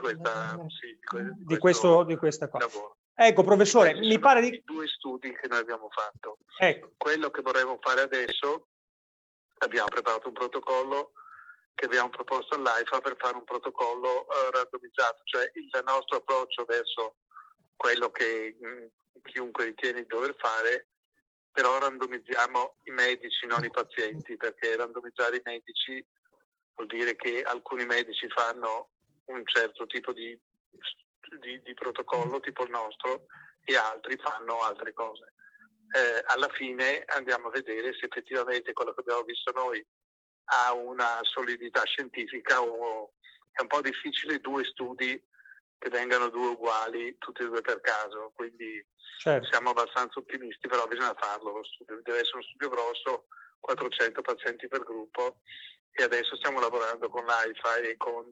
questa qua. Lavoro. Ecco, professore, mi pare di... due studi che noi abbiamo fatto. Ecco. Quello che vorremmo fare adesso, abbiamo preparato un protocollo che abbiamo proposto all'AIFA per fare un protocollo randomizzato, cioè il nostro approccio verso quello che chiunque ritiene di dover fare, però randomizziamo i medici, non i pazienti, perché randomizzare i medici vuol dire che alcuni medici fanno un certo tipo di protocollo, tipo il nostro, e altri fanno altre cose. Alla fine andiamo a vedere se effettivamente quello che abbiamo visto noi ha una solidità scientifica o è un po' difficile due studi che vengano due uguali, tutti e due per caso, quindi siamo abbastanza ottimisti, però bisogna farlo, lo studio deve essere uno studio grosso, 400 pazienti per gruppo, e adesso stiamo lavorando con l'AIFA e con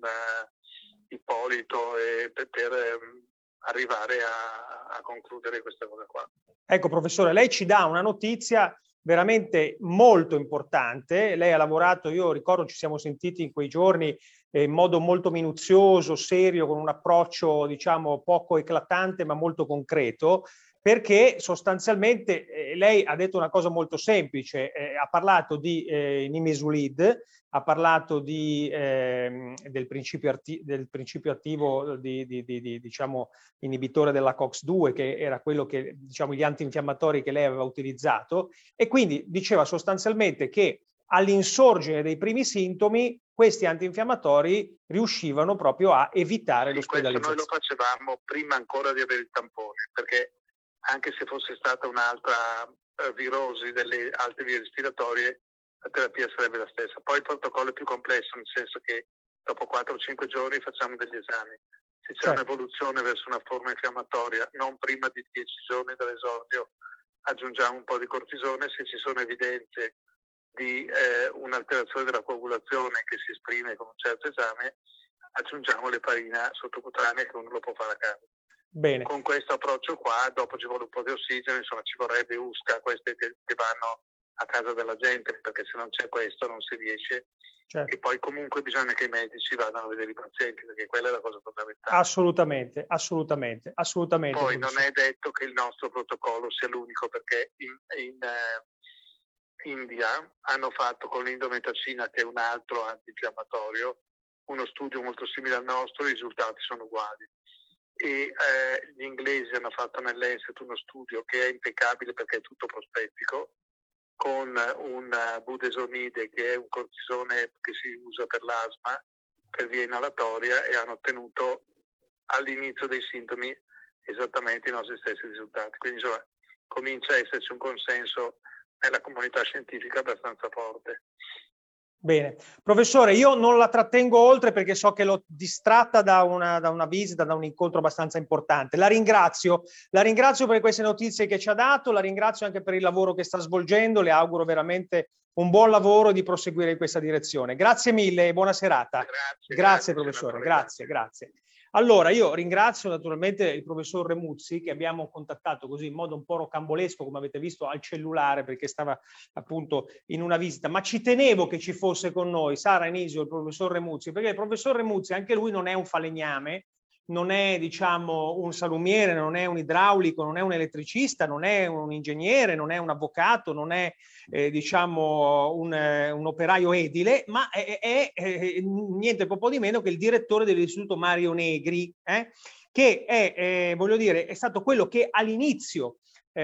Ippolito per arrivare a concludere questa cosa qua. Ecco, professore, lei ci dà una notizia veramente molto importante. Lei ha lavorato, io ricordo ci siamo sentiti in quei giorni in modo molto minuzioso, serio, con un approccio diciamo poco eclatante ma molto concreto, perché sostanzialmente lei ha detto una cosa molto semplice, ha parlato di Nimesulide, ha parlato del principio attivo diciamo inibitore della COX-2, che era quello che diciamo gli antinfiammatori che lei aveva utilizzato, e quindi diceva sostanzialmente che all'insorgere dei primi sintomi questi antinfiammatori riuscivano proprio a evitare l'ospedalizzazione. Noi lo facevamo prima ancora di avere il tampone, perché anche se fosse stata un'altra virosi delle altre vie respiratorie, la terapia sarebbe la stessa. Poi il protocollo è più complesso, nel senso che dopo 4 o 5 giorni facciamo degli esami. Se c'è un'evoluzione verso una forma infiammatoria, non prima di 10 giorni dall'esordio, aggiungiamo un po' di cortisone. Se ci sono evidenze di un'alterazione della coagulazione che si esprime con un certo esame, aggiungiamo l'eparina sottocutanea che uno lo può fare a casa. Bene. Con questo approccio qua, dopo ci vuole un po' di ossigeno, insomma ci vorrebbe USCA, queste che vanno a casa della gente, perché se non c'è questo non si riesce. Certo. E poi comunque bisogna che i medici vadano a vedere i pazienti, perché quella è la cosa fondamentale. Assolutamente. Poi non è detto che il nostro protocollo sia l'unico, perché in India hanno fatto con l'indometacina, che è un altro antinfiammatorio, uno studio molto simile al nostro, i risultati sono uguali. E gli inglesi hanno fatto nell'Enset uno studio che è impeccabile perché è tutto prospettico, con un budesonide, che è un cortisone che si usa per l'asma, per via inalatoria e hanno ottenuto all'inizio dei sintomi esattamente i nostri stessi risultati. Quindi insomma, comincia a esserci un consenso nella comunità scientifica abbastanza forte. Bene. Professore, io non la trattengo oltre perché so che l'ho distratta da una visita, da un incontro abbastanza importante. La ringrazio per queste notizie che ci ha dato, la ringrazio anche per il lavoro che sta svolgendo, le auguro veramente un buon lavoro e di proseguire in questa direzione. Grazie mille e buona serata. Grazie professore, grazie. Allora, io ringrazio naturalmente il professor Remuzzi, che abbiamo contattato così in modo un po' rocambolesco, come avete visto, al cellulare, perché stava appunto in una visita, ma ci tenevo che ci fosse con noi Sara Anisio, il professor Remuzzi, perché il professor Remuzzi anche lui non è un falegname, non è diciamo un salumiere, non è un idraulico, non è un elettricista, non è un ingegnere, non è un avvocato, non è diciamo un operaio edile, ma è niente po' di meno che il direttore dell'Istituto Mario Negri, che è voglio dire, è stato quello che all'inizio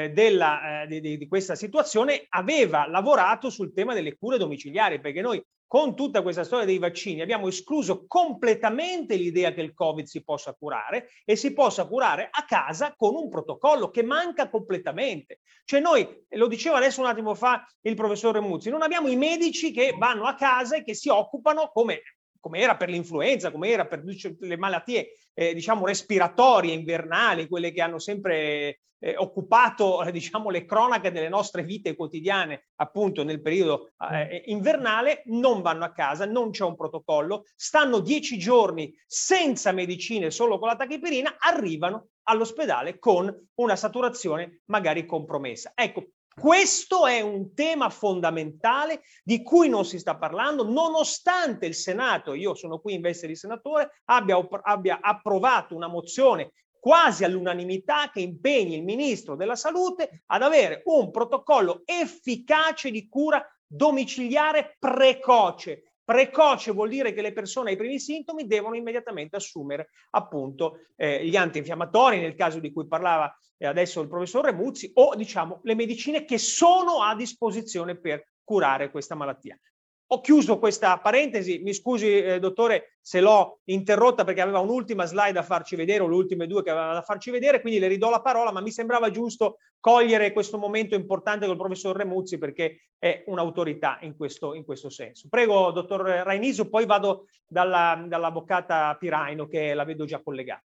di questa situazione aveva lavorato sul tema delle cure domiciliari, perché noi con tutta questa storia dei vaccini abbiamo escluso completamente l'idea che il Covid si possa curare e si possa curare a casa con un protocollo che manca completamente. Cioè noi, lo diceva adesso un attimo fa il professor Remuzzi, non abbiamo i medici che vanno a casa e che si occupano come era per l'influenza, come era per le malattie diciamo respiratorie invernali, quelle che hanno sempre occupato diciamo le cronache delle nostre vite quotidiane appunto nel periodo invernale, non vanno a casa, non c'è un protocollo, stanno 10 giorni senza medicine, solo con la tachipirina, arrivano all'ospedale con una saturazione magari compromessa. Ecco, questo è un tema fondamentale di cui non si sta parlando, nonostante il Senato, io sono qui in veste di senatore, abbia approvato una mozione quasi all'unanimità che impegni il Ministro della Salute ad avere un protocollo efficace di cura domiciliare precoce. Precoce vuol dire che le persone ai primi sintomi devono immediatamente assumere appunto gli antinfiammatori, nel caso di cui parlava adesso il professor Remuzzi, o diciamo le medicine che sono a disposizione per curare questa malattia. Ho chiuso questa parentesi, mi scusi dottore se l'ho interrotta perché aveva un'ultima slide da farci vedere o le ultime due che aveva da farci vedere, quindi le ridò la parola, ma mi sembrava giusto cogliere questo momento importante col professor Remuzzi perché è un'autorità in questo senso. Prego dottor Rainisio, poi vado dall'avvocata Piraino che la vedo già collegata.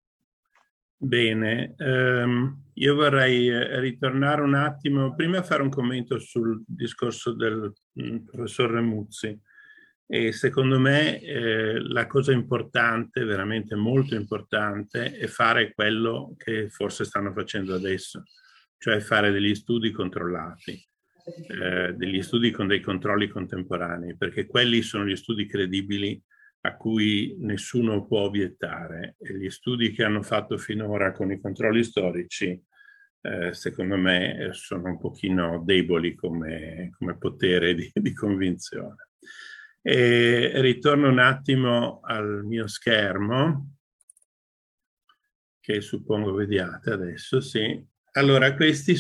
Bene, io vorrei ritornare un attimo, prima a fare un commento sul discorso del professor Remuzzi. E secondo me la cosa importante, veramente molto importante, è fare quello che forse stanno facendo adesso, cioè fare degli studi controllati, degli studi con dei controlli contemporanei, perché quelli sono gli studi credibili a cui nessuno può obiettare. E gli studi che hanno fatto finora con i controlli storici, secondo me, sono un pochino deboli come potere di convinzione. E ritorno un attimo al mio schermo, che suppongo vediate adesso, sì. Allora, questi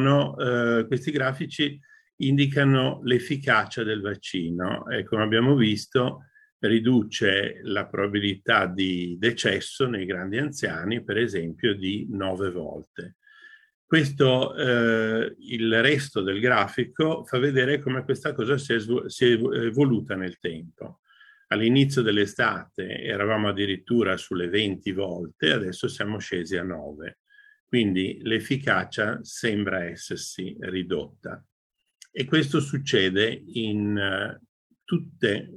grafici indicano l'efficacia del vaccino e come abbiamo visto riduce la probabilità di decesso nei grandi anziani, per esempio, di 9 volte. Questo, il resto del grafico fa vedere come questa cosa si è evoluta nel tempo. All'inizio dell'estate eravamo addirittura sulle 20 volte, adesso siamo scesi a 9. Quindi l'efficacia sembra essersi ridotta. E questo succede in tutti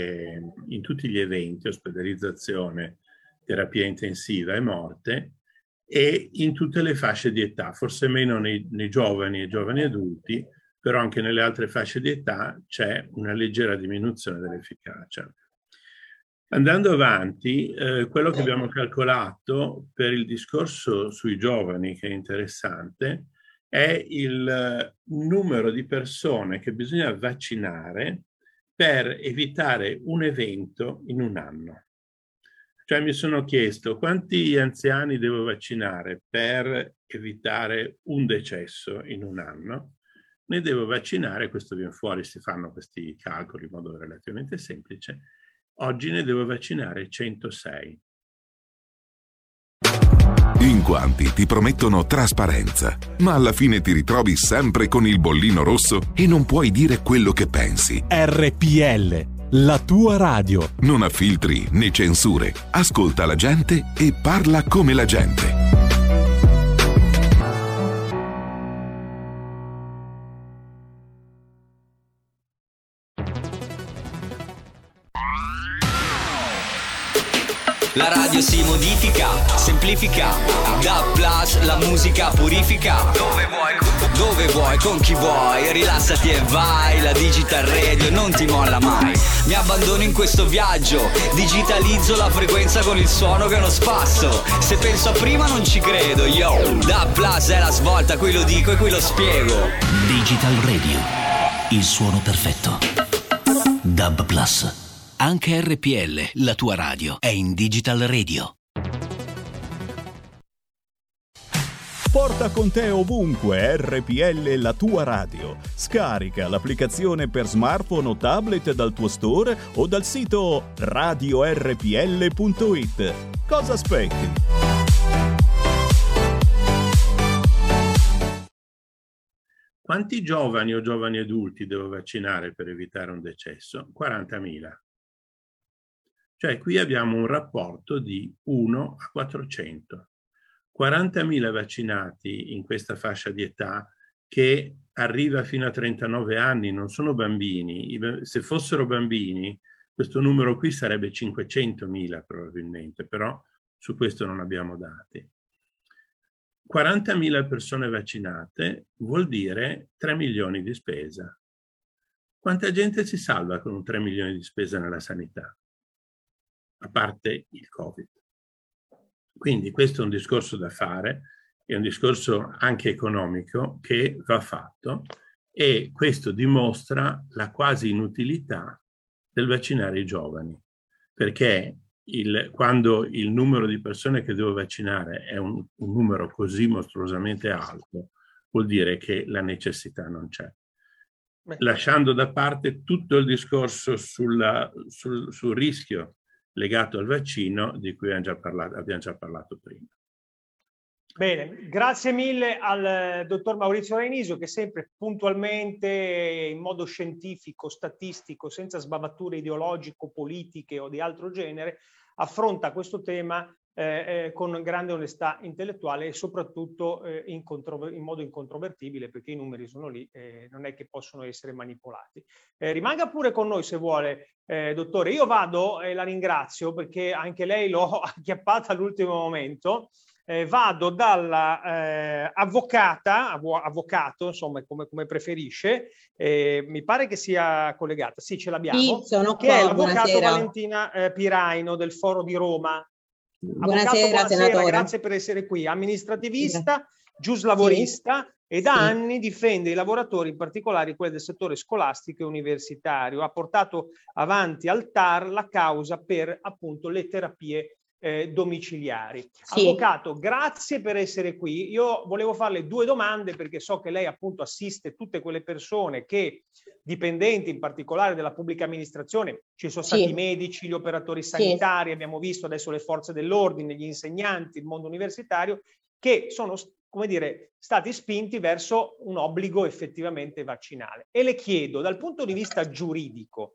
gli eventi, ospedalizzazione, terapia intensiva e morte, e in tutte le fasce di età, forse meno nei giovani e giovani adulti, però anche nelle altre fasce di età c'è una leggera diminuzione dell'efficacia. Andando avanti, quello che abbiamo calcolato per il discorso sui giovani, che è interessante, è il numero di persone che bisogna vaccinare per evitare un evento in un anno. Cioè mi sono chiesto quanti anziani devo vaccinare per evitare un decesso in un anno. Ne devo vaccinare, questo viene fuori, si fanno questi calcoli in modo relativamente semplice, Oggi ne devo vaccinare 106. In quanti ti promettono trasparenza, ma alla fine ti ritrovi sempre con il bollino rosso e non puoi dire quello che pensi. RPL, la tua radio. Non ha filtri né censure. Ascolta la gente e parla come la gente. La radio si modifica, semplifica, da plus la musica purifica. Dove vuoi, con chi vuoi, rilassati e vai. La Digital Radio non ti molla mai. Mi abbandono in questo viaggio, digitalizzo la frequenza con il suono che è uno spasso. Se penso a prima non ci credo, yo. Da plus è la svolta, qui lo dico e qui lo spiego. Digital Radio, il suono perfetto. DAB Plus. Anche RPL, la tua radio, è in Digital Radio. Porta con te ovunque RPL, la tua radio. Scarica l'applicazione per smartphone o tablet dal tuo store o dal sito radiorpl.it. Cosa aspetti? Quanti giovani o giovani adulti devo vaccinare per evitare un decesso? 40.000. Cioè qui abbiamo un rapporto di 1 a 400. 40.000 vaccinati in questa fascia di età che arriva fino a 39 anni, non sono bambini. Se fossero bambini, questo numero qui sarebbe 500.000 probabilmente, però su questo non abbiamo dati. 40.000 persone vaccinate vuol dire 3 milioni di spesa. Quanta gente si salva con un 3 milioni di spesa nella sanità? A parte il Covid. Quindi questo è un discorso da fare, è un discorso anche economico che va fatto e questo dimostra la quasi inutilità del vaccinare i giovani, perché quando il numero di persone che devo vaccinare è un numero così mostruosamente alto, vuol dire che la necessità non c'è. Lasciando da parte tutto il discorso sul rischio legato al vaccino di cui abbiamo già parlato prima. Bene, grazie mille al dottor Maurizio Rainiso che sempre puntualmente, in modo scientifico, statistico, senza sbavature ideologico-politiche o di altro genere, affronta questo tema con grande onestà intellettuale e soprattutto in modo incontrovertibile, perché i numeri sono lì e non è che possono essere manipolati. Rimanga pure con noi se vuole, dottore. Io vado e la ringrazio perché anche lei l'ho acchiappata all'ultimo momento. Vado dalla avvocato, insomma, come preferisce, mi pare che sia collegata, sì, ce l'abbiamo, sì, sono che qua, è l'avvocato buonasera. Valentina Piraino del Foro di Roma. Buonasera, senatore. Grazie per essere qui. Amministrativista, giuslavorista e da anni difende i lavoratori, in particolare quelli del settore scolastico e universitario. Ha portato avanti al TAR la causa per appunto le terapie domiciliari. Avvocato, grazie per essere qui. Io volevo farle 2 domande perché so che lei appunto assiste tutte quelle persone che, dipendenti in particolare della pubblica amministrazione, ci sono stati i medici, gli operatori sanitari, abbiamo visto adesso le forze dell'ordine, gli insegnanti, il mondo universitario, che sono, come dire, stati spinti verso un obbligo effettivamente vaccinale. E le chiedo, dal punto di vista giuridico,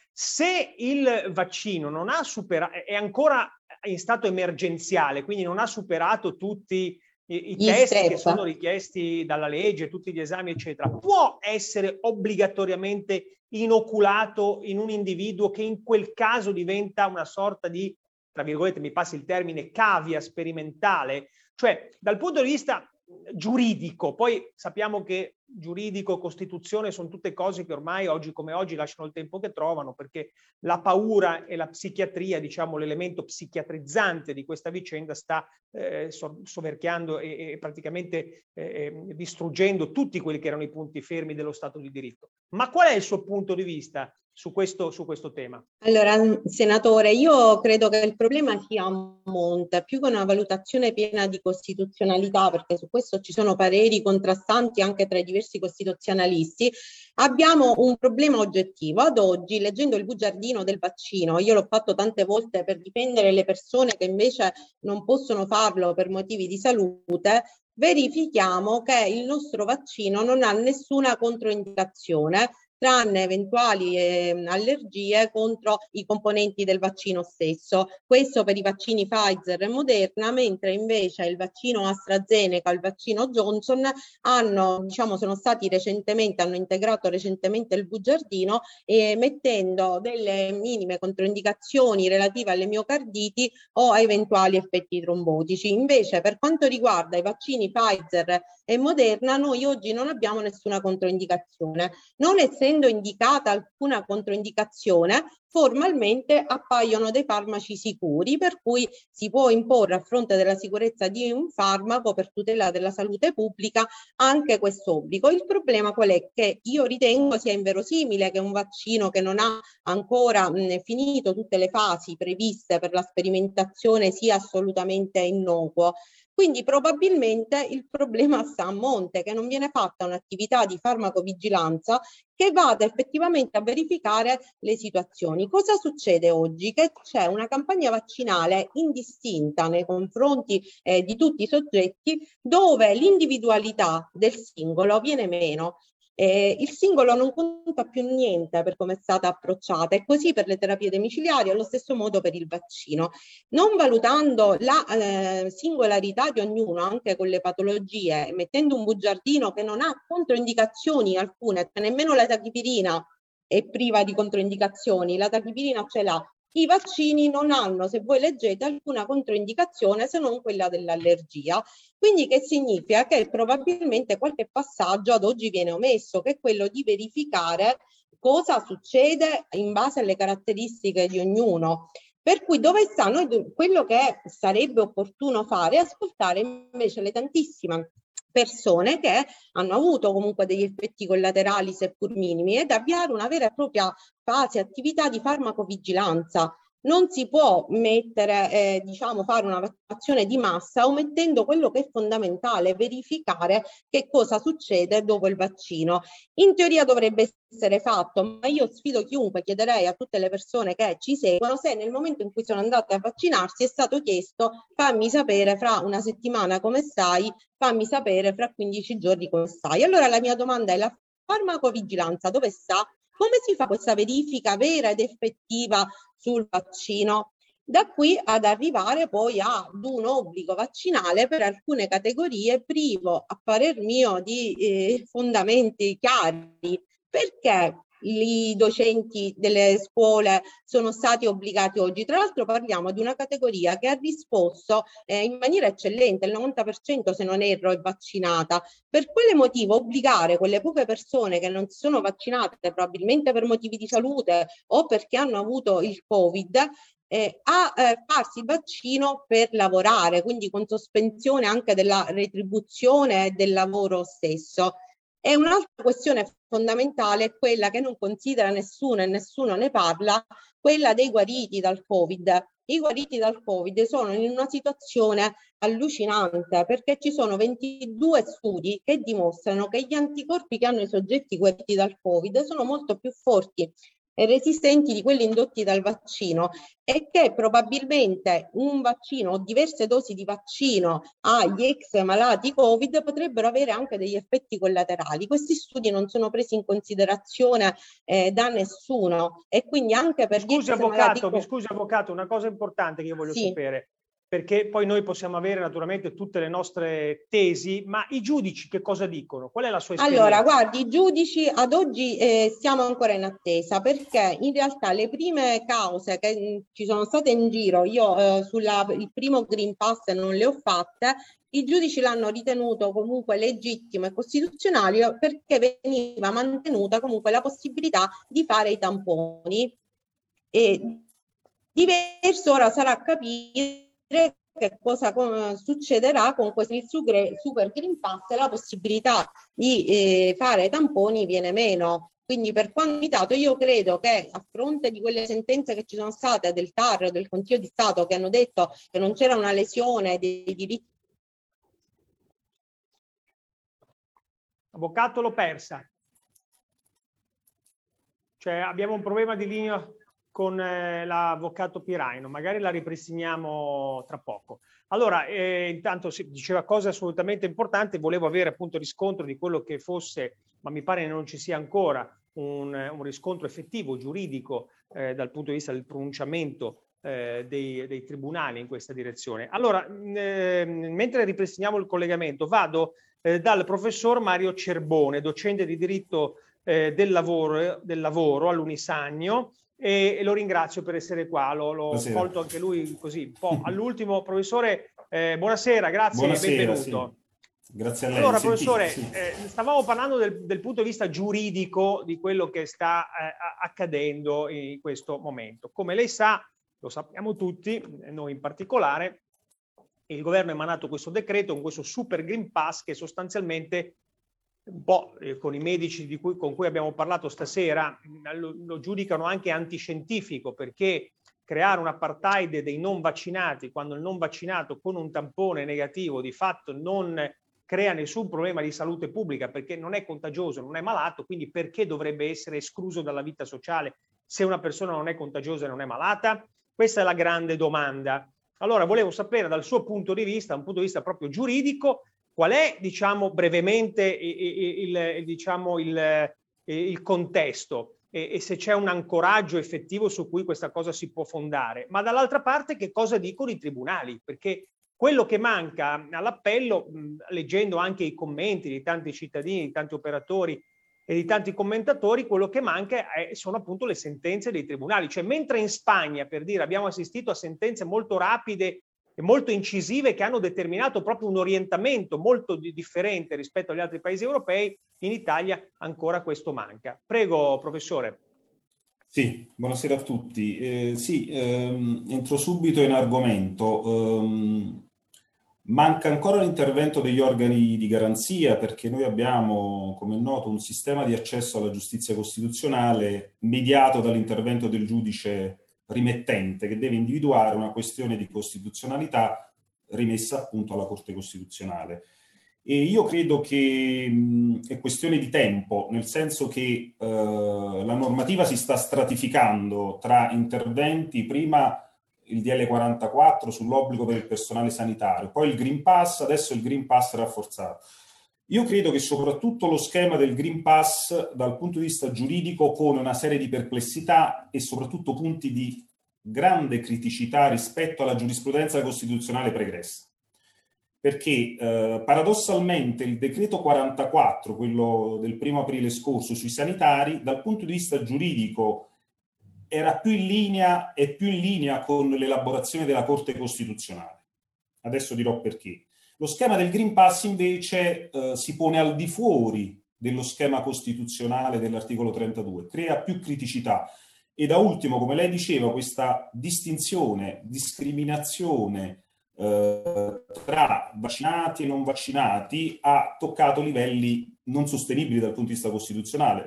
se il vaccino non ha superato, è ancora in stato emergenziale, quindi non ha superato tutti i test che sono richiesti dalla legge, tutti gli esami, eccetera, può essere obbligatoriamente inoculato in un individuo che in quel caso diventa una sorta di, tra virgolette, mi passi il termine, cavia sperimentale? Cioè, dal punto di vista giuridico, poi sappiamo che giuridico, costituzione sono tutte cose che ormai oggi come oggi lasciano il tempo che trovano, perché la paura e la psichiatria, diciamo l'elemento psichiatrizzante di questa vicenda, sta soverchiando e praticamente distruggendo tutti quelli che erano i punti fermi dello Stato di diritto. Ma qual è il suo punto di vista su questo tema? Allora, senatore, io credo che il problema sia a monte, più che una valutazione piena di costituzionalità, perché su questo ci sono pareri contrastanti anche tra i diversi costituzionalisti. Abbiamo un problema oggettivo. Ad oggi, leggendo il bugiardino del vaccino, io l'ho fatto tante volte per difendere le persone che invece non possono farlo per motivi di salute, verifichiamo che il nostro vaccino non ha nessuna controindicazione, tranne eventuali allergie contro i componenti del vaccino stesso. Questo per i vaccini Pfizer e Moderna, mentre invece il vaccino AstraZeneca e il vaccino Johnson hanno integrato recentemente il bugiardino, mettendo delle minime controindicazioni relative alle miocarditi o a eventuali effetti trombotici. Invece, per quanto riguarda i vaccini Pfizer e Moderna, noi oggi non abbiamo nessuna controindicazione. Non essendo indicata alcuna controindicazione, formalmente appaiono dei farmaci sicuri, per cui si può imporre a fronte della sicurezza di un farmaco per tutela della salute pubblica anche questo obbligo. Il problema qual è? Che io ritengo sia inverosimile che un vaccino che non ha ancora finito tutte le fasi previste per la sperimentazione sia assolutamente innocuo. Quindi probabilmente il problema sta a monte, che non viene fatta un'attività di farmacovigilanza che vada effettivamente a verificare le situazioni. Cosa succede oggi? Che c'è una campagna vaccinale indistinta nei confronti di tutti i soggetti, dove l'individualità del singolo viene meno. Il singolo non conta più niente per come è stata approcciata, e così per le terapie domiciliari, allo stesso modo per il vaccino. Non valutando la singolarità di ognuno, anche con le patologie, mettendo un bugiardino che non ha controindicazioni alcune, nemmeno la tachipirina è priva di controindicazioni, la tachipirina ce l'ha. I vaccini non hanno, se voi leggete, alcuna controindicazione se non quella dell'allergia. Quindi che significa? Che probabilmente qualche passaggio ad oggi viene omesso, che è quello di verificare cosa succede in base alle caratteristiche di ognuno. Per cui dove sta? Quello che sarebbe opportuno fare è ascoltare invece le tantissime persone che hanno avuto comunque degli effetti collaterali seppur minimi, ed avviare una vera e propria fase, attività di farmacovigilanza. Non si può mettere, fare una vaccinazione di massa omettendo quello che è fondamentale, verificare che cosa succede dopo il vaccino. In teoria dovrebbe essere fatto, ma io sfido chiunque, chiederei a tutte le persone che ci seguono se nel momento in cui sono andate a vaccinarsi è stato chiesto: fammi sapere fra una settimana come stai, fammi sapere fra 15 giorni come stai. Allora la mia domanda è: la farmacovigilanza dove sta? Come si fa questa verifica vera ed effettiva sul vaccino? Da qui ad arrivare poi ad un obbligo vaccinale per alcune categorie privo, a parer mio, di fondamenti chiari. Perché i docenti delle scuole sono stati obbligati oggi? Tra l'altro parliamo di una categoria che ha risposto in maniera eccellente, il 90% se non erro è vaccinata. Per quale motivo obbligare quelle poche persone che non si sono vaccinate, probabilmente per motivi di salute o perché hanno avuto il Covid, a farsi il vaccino per lavorare, quindi con sospensione anche della retribuzione del lavoro stesso? E un'altra questione fondamentale è quella che non considera nessuno e nessuno ne parla, quella dei guariti dal Covid. I guariti dal Covid sono in una situazione allucinante, perché ci sono 22 studi che dimostrano che gli anticorpi che hanno i soggetti guariti dal Covid sono molto più forti e resistenti di quelli indotti dal vaccino, e che probabilmente un vaccino o diverse dosi di vaccino agli ex malati Covid potrebbero avere anche degli effetti collaterali. Questi studi non sono presi in considerazione da nessuno, e quindi anche per Mi scusi avvocato, una cosa importante che io voglio sapere, perché poi noi possiamo avere naturalmente tutte le nostre tesi, ma i giudici che cosa dicono? Qual è la sua esperienza? Allora, guardi, i giudici ad oggi siamo ancora in attesa, perché in realtà le prime cause che ci sono state in giro, io il primo Green Pass non le ho fatte, i giudici l'hanno ritenuto comunque legittimo e costituzionale, perché veniva mantenuta comunque la possibilità di fare i tamponi. E diverso ora sarà capire che cosa succederà con questo Super Green Pass, la possibilità di fare tamponi viene meno. Quindi per quanto limitato, io credo che a fronte di quelle sentenze che ci sono state del TAR o del Consiglio di Stato che hanno detto che non c'era una lesione dei diritti. Avvocato, l'ho persa. Cioè abbiamo un problema di linea con l'avvocato Piraino, magari la ripristiniamo tra poco. Allora, intanto si diceva cose assolutamente importanti, volevo avere appunto riscontro di quello che fosse, ma mi pare non ci sia ancora un riscontro effettivo, giuridico, dal punto di vista del pronunciamento dei tribunali in questa direzione. Allora, mentre ripristiniamo il collegamento, vado dal professor Mario Cerbone, docente di diritto del lavoro all'Unisagno, e lo ringrazio per essere qua, l'ho colto anche lui così un po' all'ultimo. Professore, buonasera, grazie e benvenuto. Sì. Grazie a lei. Allora, professore, stavamo parlando del punto di vista giuridico di quello che sta accadendo in questo momento. Come lei sa, lo sappiamo tutti, noi in particolare, il governo ha emanato questo decreto con questo Super Green Pass che sostanzialmente un po' con i medici con cui abbiamo parlato stasera lo giudicano anche antiscientifico, perché creare un apartheid dei non vaccinati quando il non vaccinato con un tampone negativo di fatto non crea nessun problema di salute pubblica perché non è contagioso, non è malato, quindi perché dovrebbe essere escluso dalla vita sociale se una persona non è contagiosa e non è malata? Questa è la grande domanda. Allora volevo sapere dal suo punto di vista, un punto di vista proprio giuridico, qual è, diciamo, brevemente il contesto e se c'è un ancoraggio effettivo su cui questa cosa si può fondare. Ma dall'altra parte che cosa dicono i tribunali? Perché quello che manca all'appello, leggendo anche i commenti di tanti cittadini, di tanti operatori e di tanti commentatori, quello che manca sono appunto le sentenze dei tribunali. Cioè, mentre in Spagna, per dire, abbiamo assistito a sentenze molto rapide e molto incisive che hanno determinato proprio un orientamento molto differente rispetto agli altri paesi europei, in Italia ancora questo manca. Prego, professore. Sì, buonasera a tutti. Entro subito in argomento. Manca ancora l'intervento degli organi di garanzia perché noi abbiamo, come è noto, un sistema di accesso alla giustizia costituzionale mediato dall'intervento del giudice rimettente che deve individuare una questione di costituzionalità rimessa appunto alla Corte Costituzionale. E io credo che è questione di tempo, nel senso che la normativa si sta stratificando tra interventi, prima il DL 44 sull'obbligo per il personale sanitario, poi il Green Pass, adesso il Green Pass rafforzato. Io credo che soprattutto lo schema del Green Pass dal punto di vista giuridico pone una serie di perplessità e soprattutto punti di grande criticità rispetto alla giurisprudenza costituzionale pregressa. Perché paradossalmente il decreto 44, quello del 1° aprile scorso sui sanitari, dal punto di vista giuridico era più in linea con l'elaborazione della Corte Costituzionale. Adesso dirò perché. Lo schema del Green Pass invece si pone al di fuori dello schema costituzionale dell'articolo 32, crea più criticità e da ultimo, come lei diceva, questa discriminazione tra vaccinati e non vaccinati ha toccato livelli non sostenibili dal punto di vista costituzionale.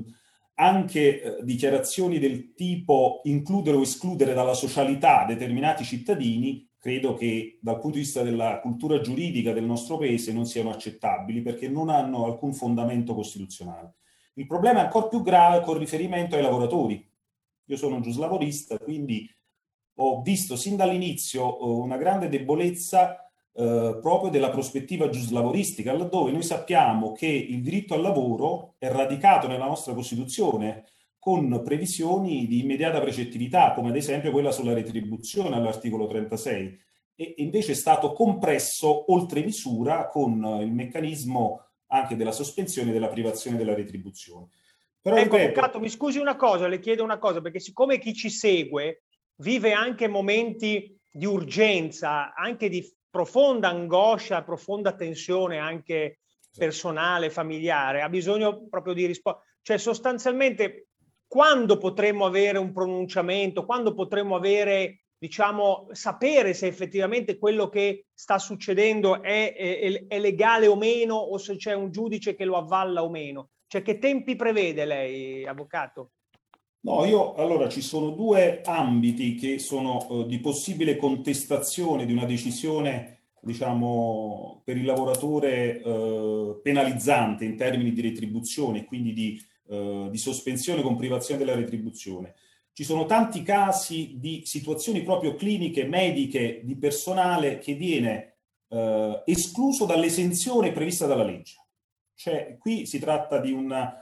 Anche dichiarazioni del tipo includere o escludere dalla socialità determinati cittadini, credo che dal punto di vista della cultura giuridica del nostro paese non siano accettabili perché non hanno alcun fondamento costituzionale. Il problema è ancora più grave con riferimento ai lavoratori. Io sono un giuslavorista, quindi ho visto sin dall'inizio una grande debolezza proprio della prospettiva giuslavoristica, laddove noi sappiamo che il diritto al lavoro è radicato nella nostra Costituzione con previsioni di immediata precettività, come ad esempio quella sulla retribuzione all'articolo 36, e invece è stato compresso oltre misura con il meccanismo anche della sospensione e della privazione della retribuzione. Però, ecco, avvocato, mi scusi una cosa, le chiedo una cosa, perché siccome chi ci segue vive anche momenti di urgenza, anche di profonda angoscia, profonda tensione anche personale, familiare, ha bisogno proprio di risposta. Cioè sostanzialmente quando potremmo avere un pronunciamento, quando potremmo avere diciamo, sapere se effettivamente quello che sta succedendo è legale o meno, o se c'è un giudice che lo avvalla o meno? Cioè, che tempi prevede lei, avvocato? No, allora ci sono due ambiti che sono di possibile contestazione di una decisione, diciamo, per il lavoratore penalizzante in termini di retribuzione, quindi di sospensione con privazione della retribuzione. Ci sono tanti casi di situazioni proprio cliniche, mediche, di personale che viene escluso dall'esenzione prevista dalla legge. Cioè, qui si tratta di una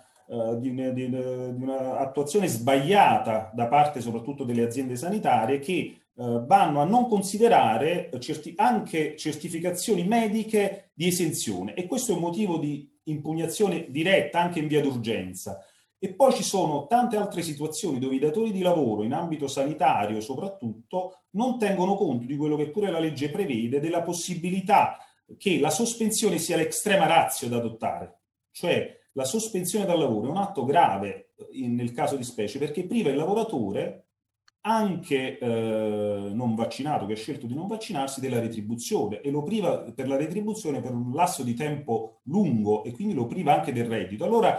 attuazione sbagliata da parte soprattutto delle aziende sanitarie che vanno a non considerare anche certificazioni mediche di esenzione, e questo è un motivo di impugnazione diretta anche in via d'urgenza. E poi ci sono tante altre situazioni dove i datori di lavoro in ambito sanitario soprattutto non tengono conto di quello che pure la legge prevede, della possibilità che la sospensione sia l'extrema ratio da adottare. Cioè, la sospensione dal lavoro è un atto grave nel caso di specie, perché priva il lavoratore, anche non vaccinato, che ha scelto di non vaccinarsi, della retribuzione, e lo priva per la retribuzione per un lasso di tempo lungo, e quindi lo priva anche del reddito. Allora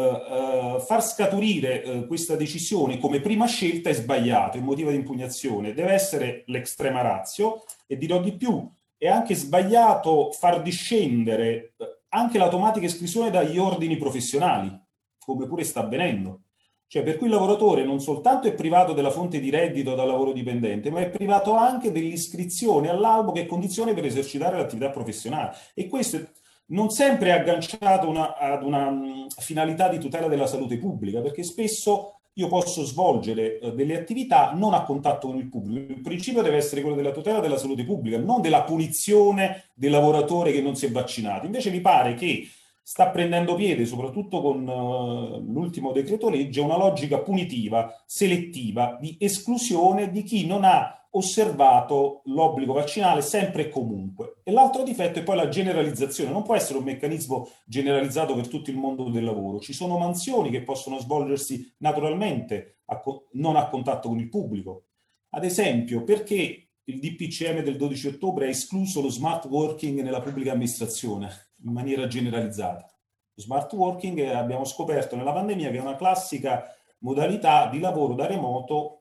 far scaturire questa decisione come prima scelta è sbagliato, è motivo di impugnazione, deve essere l'extrema ratio, e dirò di più, è anche sbagliato far discendere anche l'automatica esclusione dagli ordini professionali, come pure sta avvenendo. Cioè, per cui il lavoratore non soltanto è privato della fonte di reddito dal lavoro dipendente, ma è privato anche dell'iscrizione all'albo, che è condizione per esercitare l'attività professionale. E questo non sempre è agganciato ad una finalità di tutela della salute pubblica, perché spesso io posso svolgere delle attività non a contatto con il pubblico. Il principio deve essere quello della tutela della salute pubblica, non della punizione del lavoratore che non si è vaccinato. Invece mi pare che sta prendendo piede, soprattutto con l'ultimo decreto legge, una logica punitiva, selettiva, di esclusione di chi non ha osservato l'obbligo vaccinale sempre e comunque. E l'altro difetto è poi la generalizzazione. Non può essere un meccanismo generalizzato per tutto il mondo del lavoro. Ci sono mansioni che possono svolgersi naturalmente non a contatto con il pubblico. Ad esempio, perché il DPCM del 12 ottobre ha escluso lo smart working nella pubblica amministrazione in maniera generalizzata? Lo smart working, abbiamo scoperto nella pandemia, che è una classica modalità di lavoro da remoto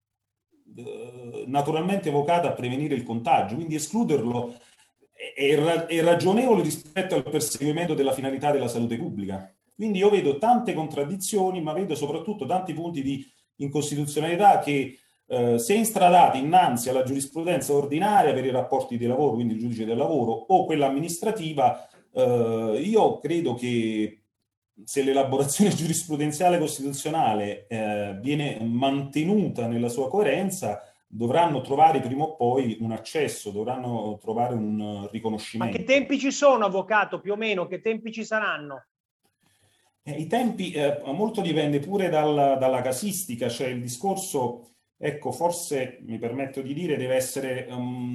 naturalmente evocata a prevenire il contagio, quindi escluderlo è ragionevole rispetto al perseguimento della finalità della salute pubblica. Quindi io vedo tante contraddizioni, ma vedo soprattutto tanti punti di incostituzionalità che, se instradati innanzi alla giurisprudenza ordinaria per i rapporti di lavoro, quindi il giudice del lavoro, o quella amministrativa, io credo che se l'elaborazione giurisprudenziale costituzionale viene mantenuta nella sua coerenza, dovranno trovare prima o poi un accesso, dovranno trovare un riconoscimento. Ma che tempi ci sono, avvocato, più o meno? Che tempi ci saranno? I tempi, molto dipende pure dalla casistica, cioè il discorso, ecco, forse mi permetto di dire, deve essere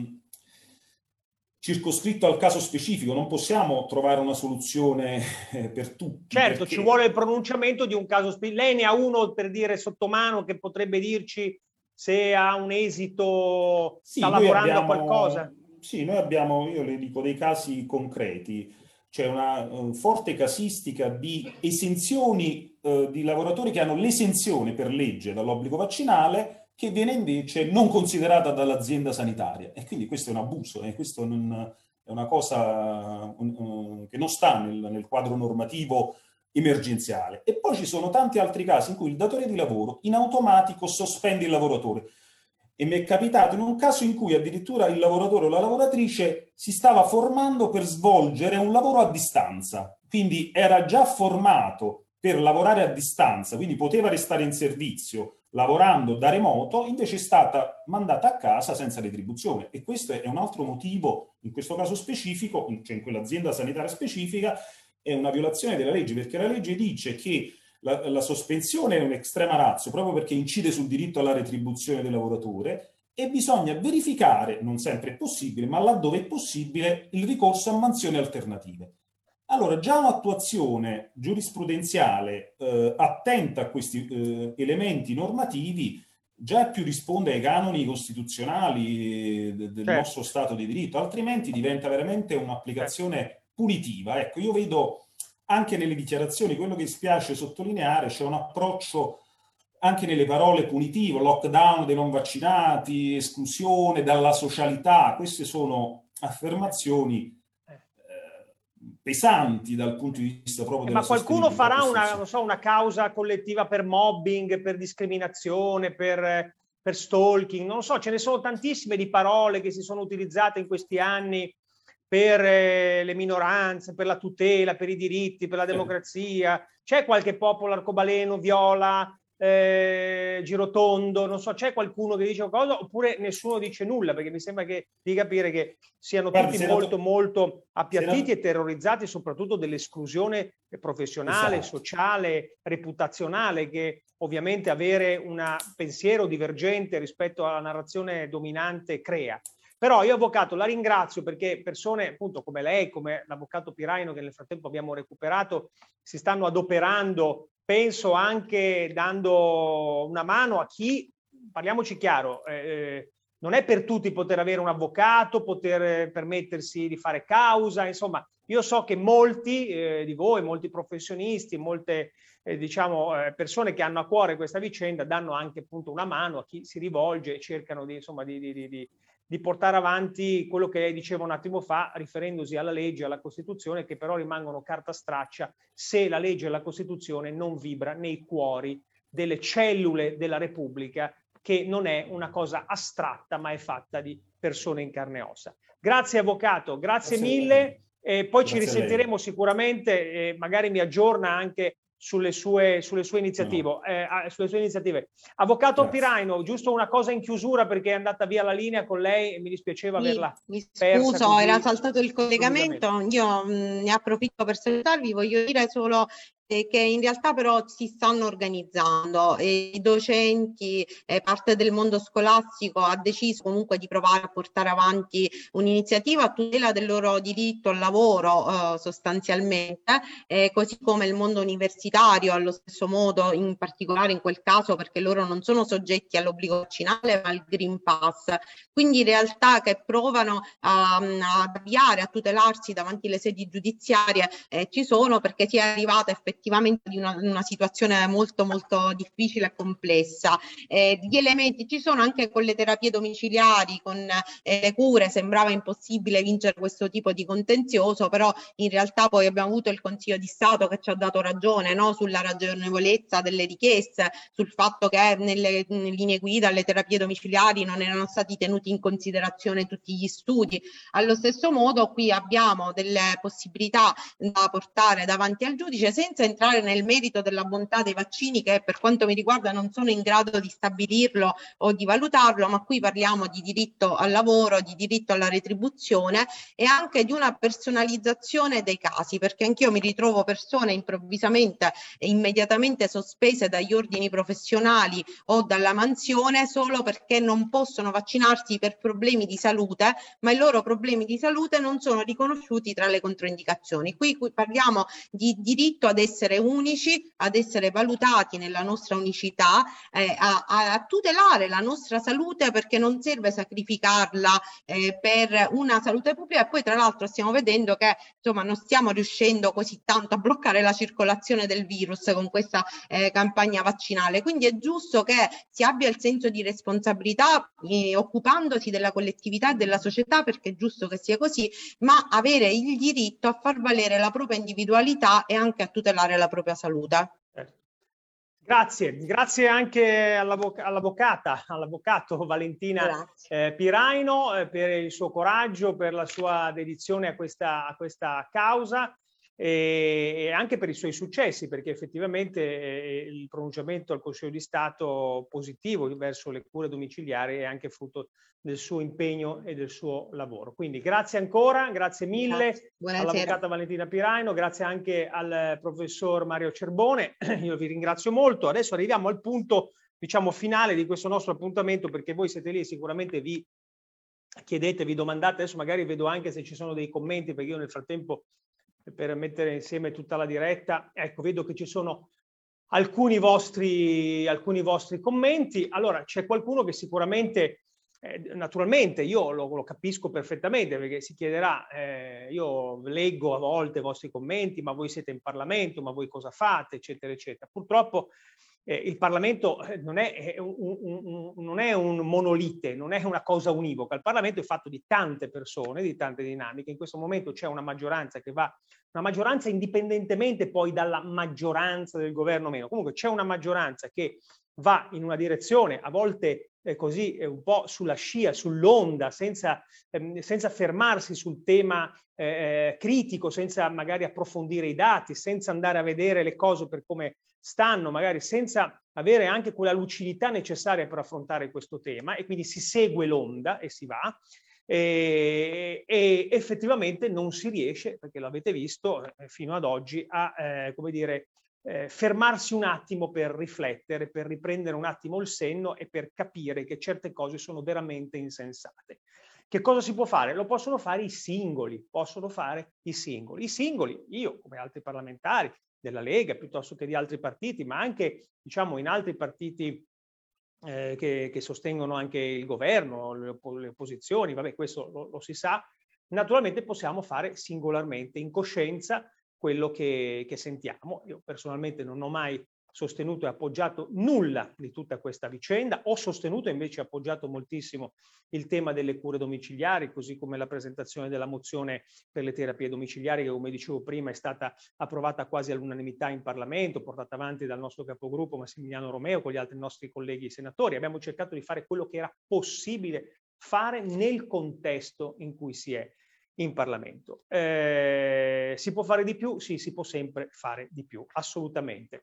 circoscritto al caso specifico. Non possiamo trovare una soluzione per tutti. Certo, perché... ci vuole il pronunciamento di un caso specifico. Lei ne ha uno, per dire, sotto mano, che potrebbe dirci se ha un esito, sta lavorando a qualcosa? Sì, noi abbiamo, io le dico, dei casi concreti. C'è una forte casistica di esenzioni di lavoratori che hanno l'esenzione per legge dall'obbligo vaccinale, che viene invece non considerata dall'azienda sanitaria. E quindi questo è un abuso, questo è una cosa che non sta nel quadro normativo emergenziale. E poi ci sono tanti altri casi in cui il datore di lavoro in automatico sospende il lavoratore. E mi è capitato in un caso in cui addirittura il lavoratore o la lavoratrice si stava formando per svolgere un lavoro a distanza. Quindi era già formato per lavorare a distanza, quindi poteva restare in servizio lavorando da remoto, invece è stata mandata a casa senza retribuzione. E questo è un altro motivo, in questo caso specifico, cioè in quell'azienda sanitaria specifica, è una violazione della legge, perché la legge dice che la sospensione è un'estrema ratio, proprio perché incide sul diritto alla retribuzione del lavoratore, e bisogna verificare, non sempre è possibile, ma laddove è possibile, il ricorso a mansioni alternative. Allora, già un'attuazione giurisprudenziale attenta a questi elementi normativi già più risponde ai canoni costituzionali del nostro Stato di diritto, altrimenti diventa veramente un'applicazione punitiva. Ecco, io vedo anche nelle dichiarazioni, quello che spiace sottolineare, c'è un approccio anche nelle parole punitivo, lockdown dei non vaccinati, esclusione dalla socialità. Queste sono affermazioni pesanti dal punto di vista proprio della ma qualcuno farà professionale. una causa collettiva per mobbing, per discriminazione, per stalking, non lo so, ce ne sono tantissime di parole che si sono utilizzate in questi anni per le minoranze, per la tutela, per i diritti, per la democrazia. C'è qualche popolo arcobaleno, viola, girotondo, non so, c'è qualcuno che dice qualcosa oppure nessuno dice nulla? Perché mi sembra di capire che siano tutti molto appiattiti e terrorizzati, soprattutto dell'esclusione professionale, sociale, reputazionale, che ovviamente avere un pensiero divergente rispetto alla narrazione dominante crea. Però io, avvocato, la ringrazio perché persone appunto come lei, come l'avvocato Piraino, che nel frattempo abbiamo recuperato, si stanno adoperando, penso anche dando una mano a chi, parliamoci chiaro, non è per tutti poter avere un avvocato, poter permettersi di fare causa, insomma, io so che molti di voi, molti professionisti, molte persone che hanno a cuore questa vicenda danno anche appunto una mano a chi si rivolge e cercano di portare avanti quello che lei diceva un attimo fa, riferendosi alla legge e alla Costituzione, che però rimangono carta straccia se la legge e la Costituzione non vibra nei cuori delle cellule della Repubblica, che non è una cosa astratta, ma è fatta di persone in carne e ossa. Grazie avvocato, grazie mille. Poi ci risentiremo sicuramente, magari mi aggiorna anche sulle sue iniziative. Avvocato Piraino, giusto una cosa in chiusura, perché è andata via la linea con lei e mi dispiaceva averla persa. Scuso, era saltato il collegamento. Io ne approfitto per salutarvi, voglio dire solo che in realtà però si stanno organizzando e i docenti, parte del mondo scolastico ha deciso comunque di provare a portare avanti un'iniziativa a tutela del loro diritto al lavoro sostanzialmente, così come il mondo universitario allo stesso modo, in particolare in quel caso perché loro non sono soggetti all'obbligo vaccinale ma al Green Pass, quindi realtà che provano ad avviare, a tutelarsi davanti alle sedi giudiziarie ci sono, perché si è arrivata effettivamente di una situazione molto difficile e complessa. Gli elementi ci sono anche con le terapie domiciliari, con le cure. Sembrava impossibile vincere questo tipo di contenzioso, però in realtà poi abbiamo avuto il Consiglio di Stato che ci ha dato ragione, no? Sulla ragionevolezza delle richieste, sul fatto che nelle linee guida le terapie domiciliari non erano stati tenuti in considerazione tutti gli studi. Allo stesso modo qui abbiamo delle possibilità da portare davanti al giudice senza entrare nel merito della bontà dei vaccini, che per quanto mi riguarda non sono in grado di stabilirlo o di valutarlo, ma qui parliamo di diritto al lavoro, di diritto alla retribuzione e anche di una personalizzazione dei casi, perché anch'io mi ritrovo persone improvvisamente e immediatamente sospese dagli ordini professionali o dalla mansione solo perché non possono vaccinarsi per problemi di salute, ma i loro problemi di salute non sono riconosciuti tra le controindicazioni. Qui parliamo di diritto ad essere unici, ad essere valutati nella nostra unicità, a tutelare la nostra salute, perché non serve sacrificarla per una salute pubblica. E poi tra l'altro stiamo vedendo che insomma non stiamo riuscendo così tanto a bloccare la circolazione del virus con questa campagna vaccinale, quindi è giusto che si abbia il senso di responsabilità occupandosi della collettività e della società, perché è giusto che sia così, ma avere il diritto a far valere la propria individualità e anche a tutelare la propria salute. Grazie anche all'avvocato Valentina Piraino per il suo coraggio, per la sua dedizione a questa causa e anche per i suoi successi, perché effettivamente il pronunciamento al Consiglio di Stato positivo verso le cure domiciliari è anche frutto del suo impegno e del suo lavoro. Quindi grazie ancora, grazie mille all'avvocata Valentina Piraino, grazie anche al professor Mario Cerbone, io vi ringrazio molto. Adesso arriviamo al punto, diciamo, finale di questo nostro appuntamento, perché voi siete lì e sicuramente vi chiedete, vi domandate, adesso magari vedo anche se ci sono dei commenti, perché io nel frattempo, per mettere insieme tutta la diretta, ecco, vedo che ci sono alcuni vostri commenti. Allora, c'è qualcuno che sicuramente, naturalmente, io lo capisco perfettamente, perché si chiederà, io leggo a volte i vostri commenti, ma voi siete in Parlamento, ma voi cosa fate, eccetera, eccetera. Purtroppo il Parlamento non è un monolite, non è una cosa univoca. Il Parlamento è fatto di tante persone, di tante dinamiche. In questo momento c'è una maggioranza che va, una maggioranza indipendentemente poi dalla maggioranza del governo o meno. Comunque c'è una maggioranza che va in una direzione, a volte così un po' sulla scia, sull'onda, senza fermarsi sul tema critico, senza magari approfondire i dati, senza andare a vedere le cose per come stanno, magari senza avere anche quella lucidità necessaria per affrontare questo tema, e quindi si segue l'onda e si va, e effettivamente non si riesce, perché l'avete visto fino ad oggi, a fermarsi un attimo per riflettere, per riprendere un attimo il senno e per capire che certe cose sono veramente insensate. Che cosa si può fare? Lo possono fare i singoli, I singoli, io come altri parlamentari della Lega piuttosto che di altri partiti, ma anche diciamo in altri partiti che sostengono anche il governo, le opposizioni, vabbè, questo lo si sa. Naturalmente possiamo fare singolarmente, in coscienza, quello che sentiamo. Io personalmente non ho mai sostenuto e appoggiato nulla di tutta questa vicenda, ho sostenuto invece e appoggiato moltissimo il tema delle cure domiciliari, così come la presentazione della mozione per le terapie domiciliari, che come dicevo prima è stata approvata quasi all'unanimità in Parlamento, portata avanti dal nostro capogruppo Massimiliano Romeo con gli altri nostri colleghi senatori. Abbiamo cercato di fare quello che era possibile fare nel contesto in cui si è in Parlamento. Si può fare di più? Sì, si può sempre fare di più, assolutamente.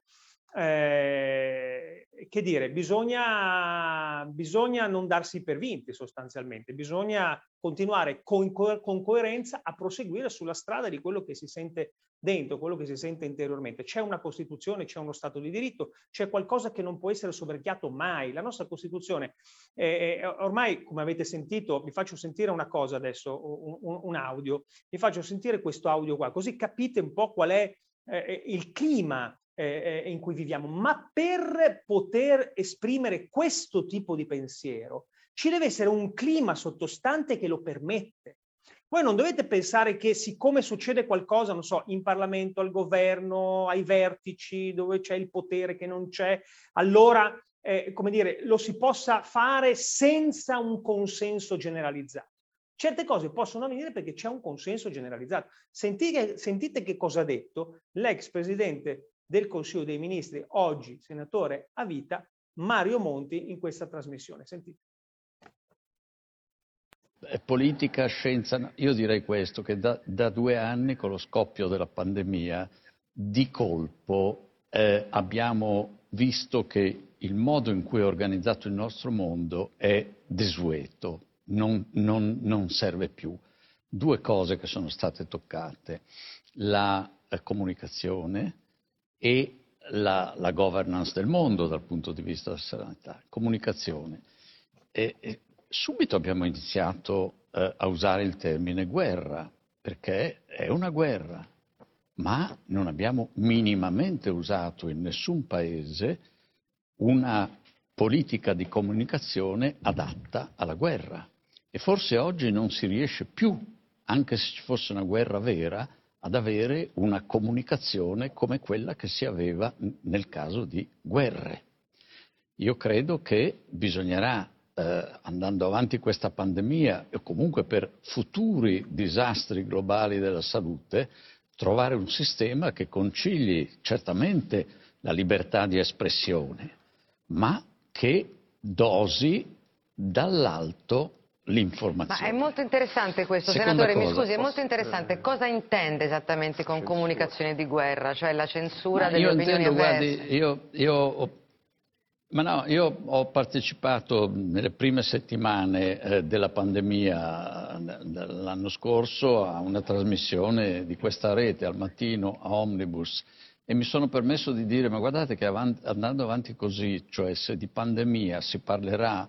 Che dire, bisogna non darsi per vinti sostanzialmente, bisogna continuare con coerenza a proseguire sulla strada di quello che si sente dentro, quello che si sente interiormente. C'è una Costituzione, c'è uno Stato di diritto, c'è qualcosa che non può essere soverchiato mai. La nostra Costituzione, ormai, come avete sentito, vi faccio sentire una cosa adesso, un audio, vi faccio sentire questo audio qua, così capite un po' qual è il clima in cui viviamo. Ma per poter esprimere questo tipo di pensiero ci deve essere un clima sottostante che lo permette. Voi non dovete pensare che siccome succede qualcosa, non so, in Parlamento, al governo, ai vertici, dove c'è il potere che non c'è, allora come dire, lo si possa fare senza un consenso generalizzato. Certe cose possono avvenire perché c'è un consenso generalizzato. Sentite che cosa ha detto l'ex presidente del Consiglio dei Ministri, oggi senatore a vita, Mario Monti, in questa trasmissione. Sentite. Politica, scienza, io direi questo, che da 2 anni, con lo scoppio della pandemia, di colpo abbiamo visto che il modo in cui è organizzato il nostro mondo è desueto, non serve più. 2 cose che sono state toccate: la comunicazione e la governance del mondo dal punto di vista della sanità. Comunicazione. Subito abbiamo iniziato a usare il termine guerra, perché è una guerra, ma non abbiamo minimamente usato in nessun paese una politica di comunicazione adatta alla guerra. E forse oggi non si riesce più, anche se ci fosse una guerra vera, ad avere una comunicazione come quella che si aveva nel caso di guerre. Io credo che bisognerà, andando avanti questa pandemia e comunque per futuri disastri globali della salute, trovare un sistema che concili certamente la libertà di espressione, ma che dosi dall'alto l'informazione. Ma è molto interessante questo, Seconda senatore, cosa, mi scusi, è molto interessante. Cosa intende esattamente con comunicazione di guerra? Cioè la censura delle opinioni avverse? Io ho partecipato nelle prime settimane della pandemia dell'anno scorso a una trasmissione di questa rete al mattino a Omnibus e mi sono permesso di dire: ma guardate che andando avanti così, cioè se di pandemia si parlerà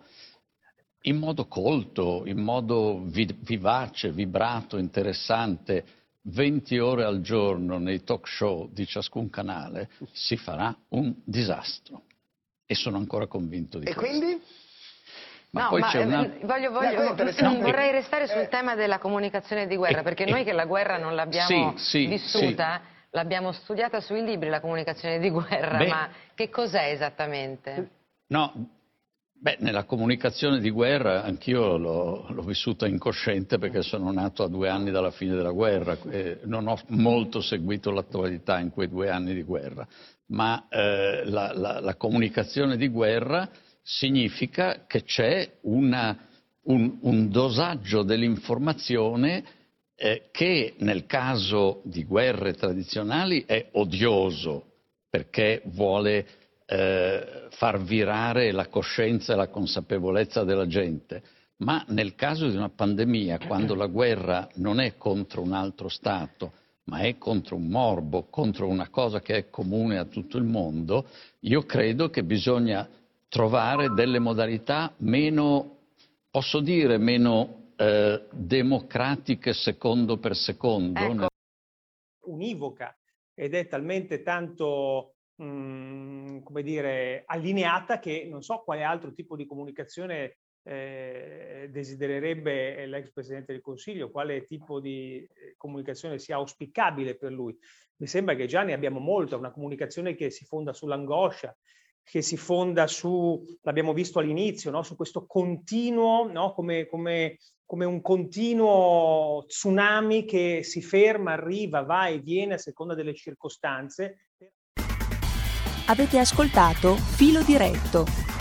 in modo colto, in modo vivace, vibrato, interessante, 20 ore al giorno nei talk show di ciascun canale, si farà un disastro. E sono ancora convinto di questo. E quindi? Ma poi c'è vorrei restare sul tema della comunicazione di guerra, perché noi che la guerra non l'abbiamo vissuta, l'abbiamo studiata sui libri, la comunicazione di guerra, ma che cos'è esattamente? No, nella comunicazione di guerra anch'io l'ho vissuta incosciente, perché sono nato a 2 anni dalla fine della guerra e non ho molto seguito l'attualità in quei 2 anni di guerra, ma la comunicazione di guerra significa che c'è un dosaggio dell'informazione che nel caso di guerre tradizionali è odioso, perché vuole far virare la coscienza e la consapevolezza della gente, ma nel caso di una pandemia, quando la guerra non è contro un altro Stato, ma è contro un morbo, contro una cosa che è comune a tutto il mondo, io credo che bisogna trovare delle modalità meno, posso dire, meno democratiche secondo per secondo. Ecco. Univoca, ed è talmente tanto come dire, allineata che non so quale altro tipo di comunicazione desidererebbe l'ex Presidente del Consiglio, quale tipo di comunicazione sia auspicabile per lui. Mi sembra che già ne abbiamo molta, una comunicazione che si fonda sull'angoscia, che si fonda l'abbiamo visto all'inizio, no? Su questo continuo, no? come un continuo tsunami che si ferma, arriva, va e viene a seconda delle circostanze. Avete ascoltato Filo Diretto,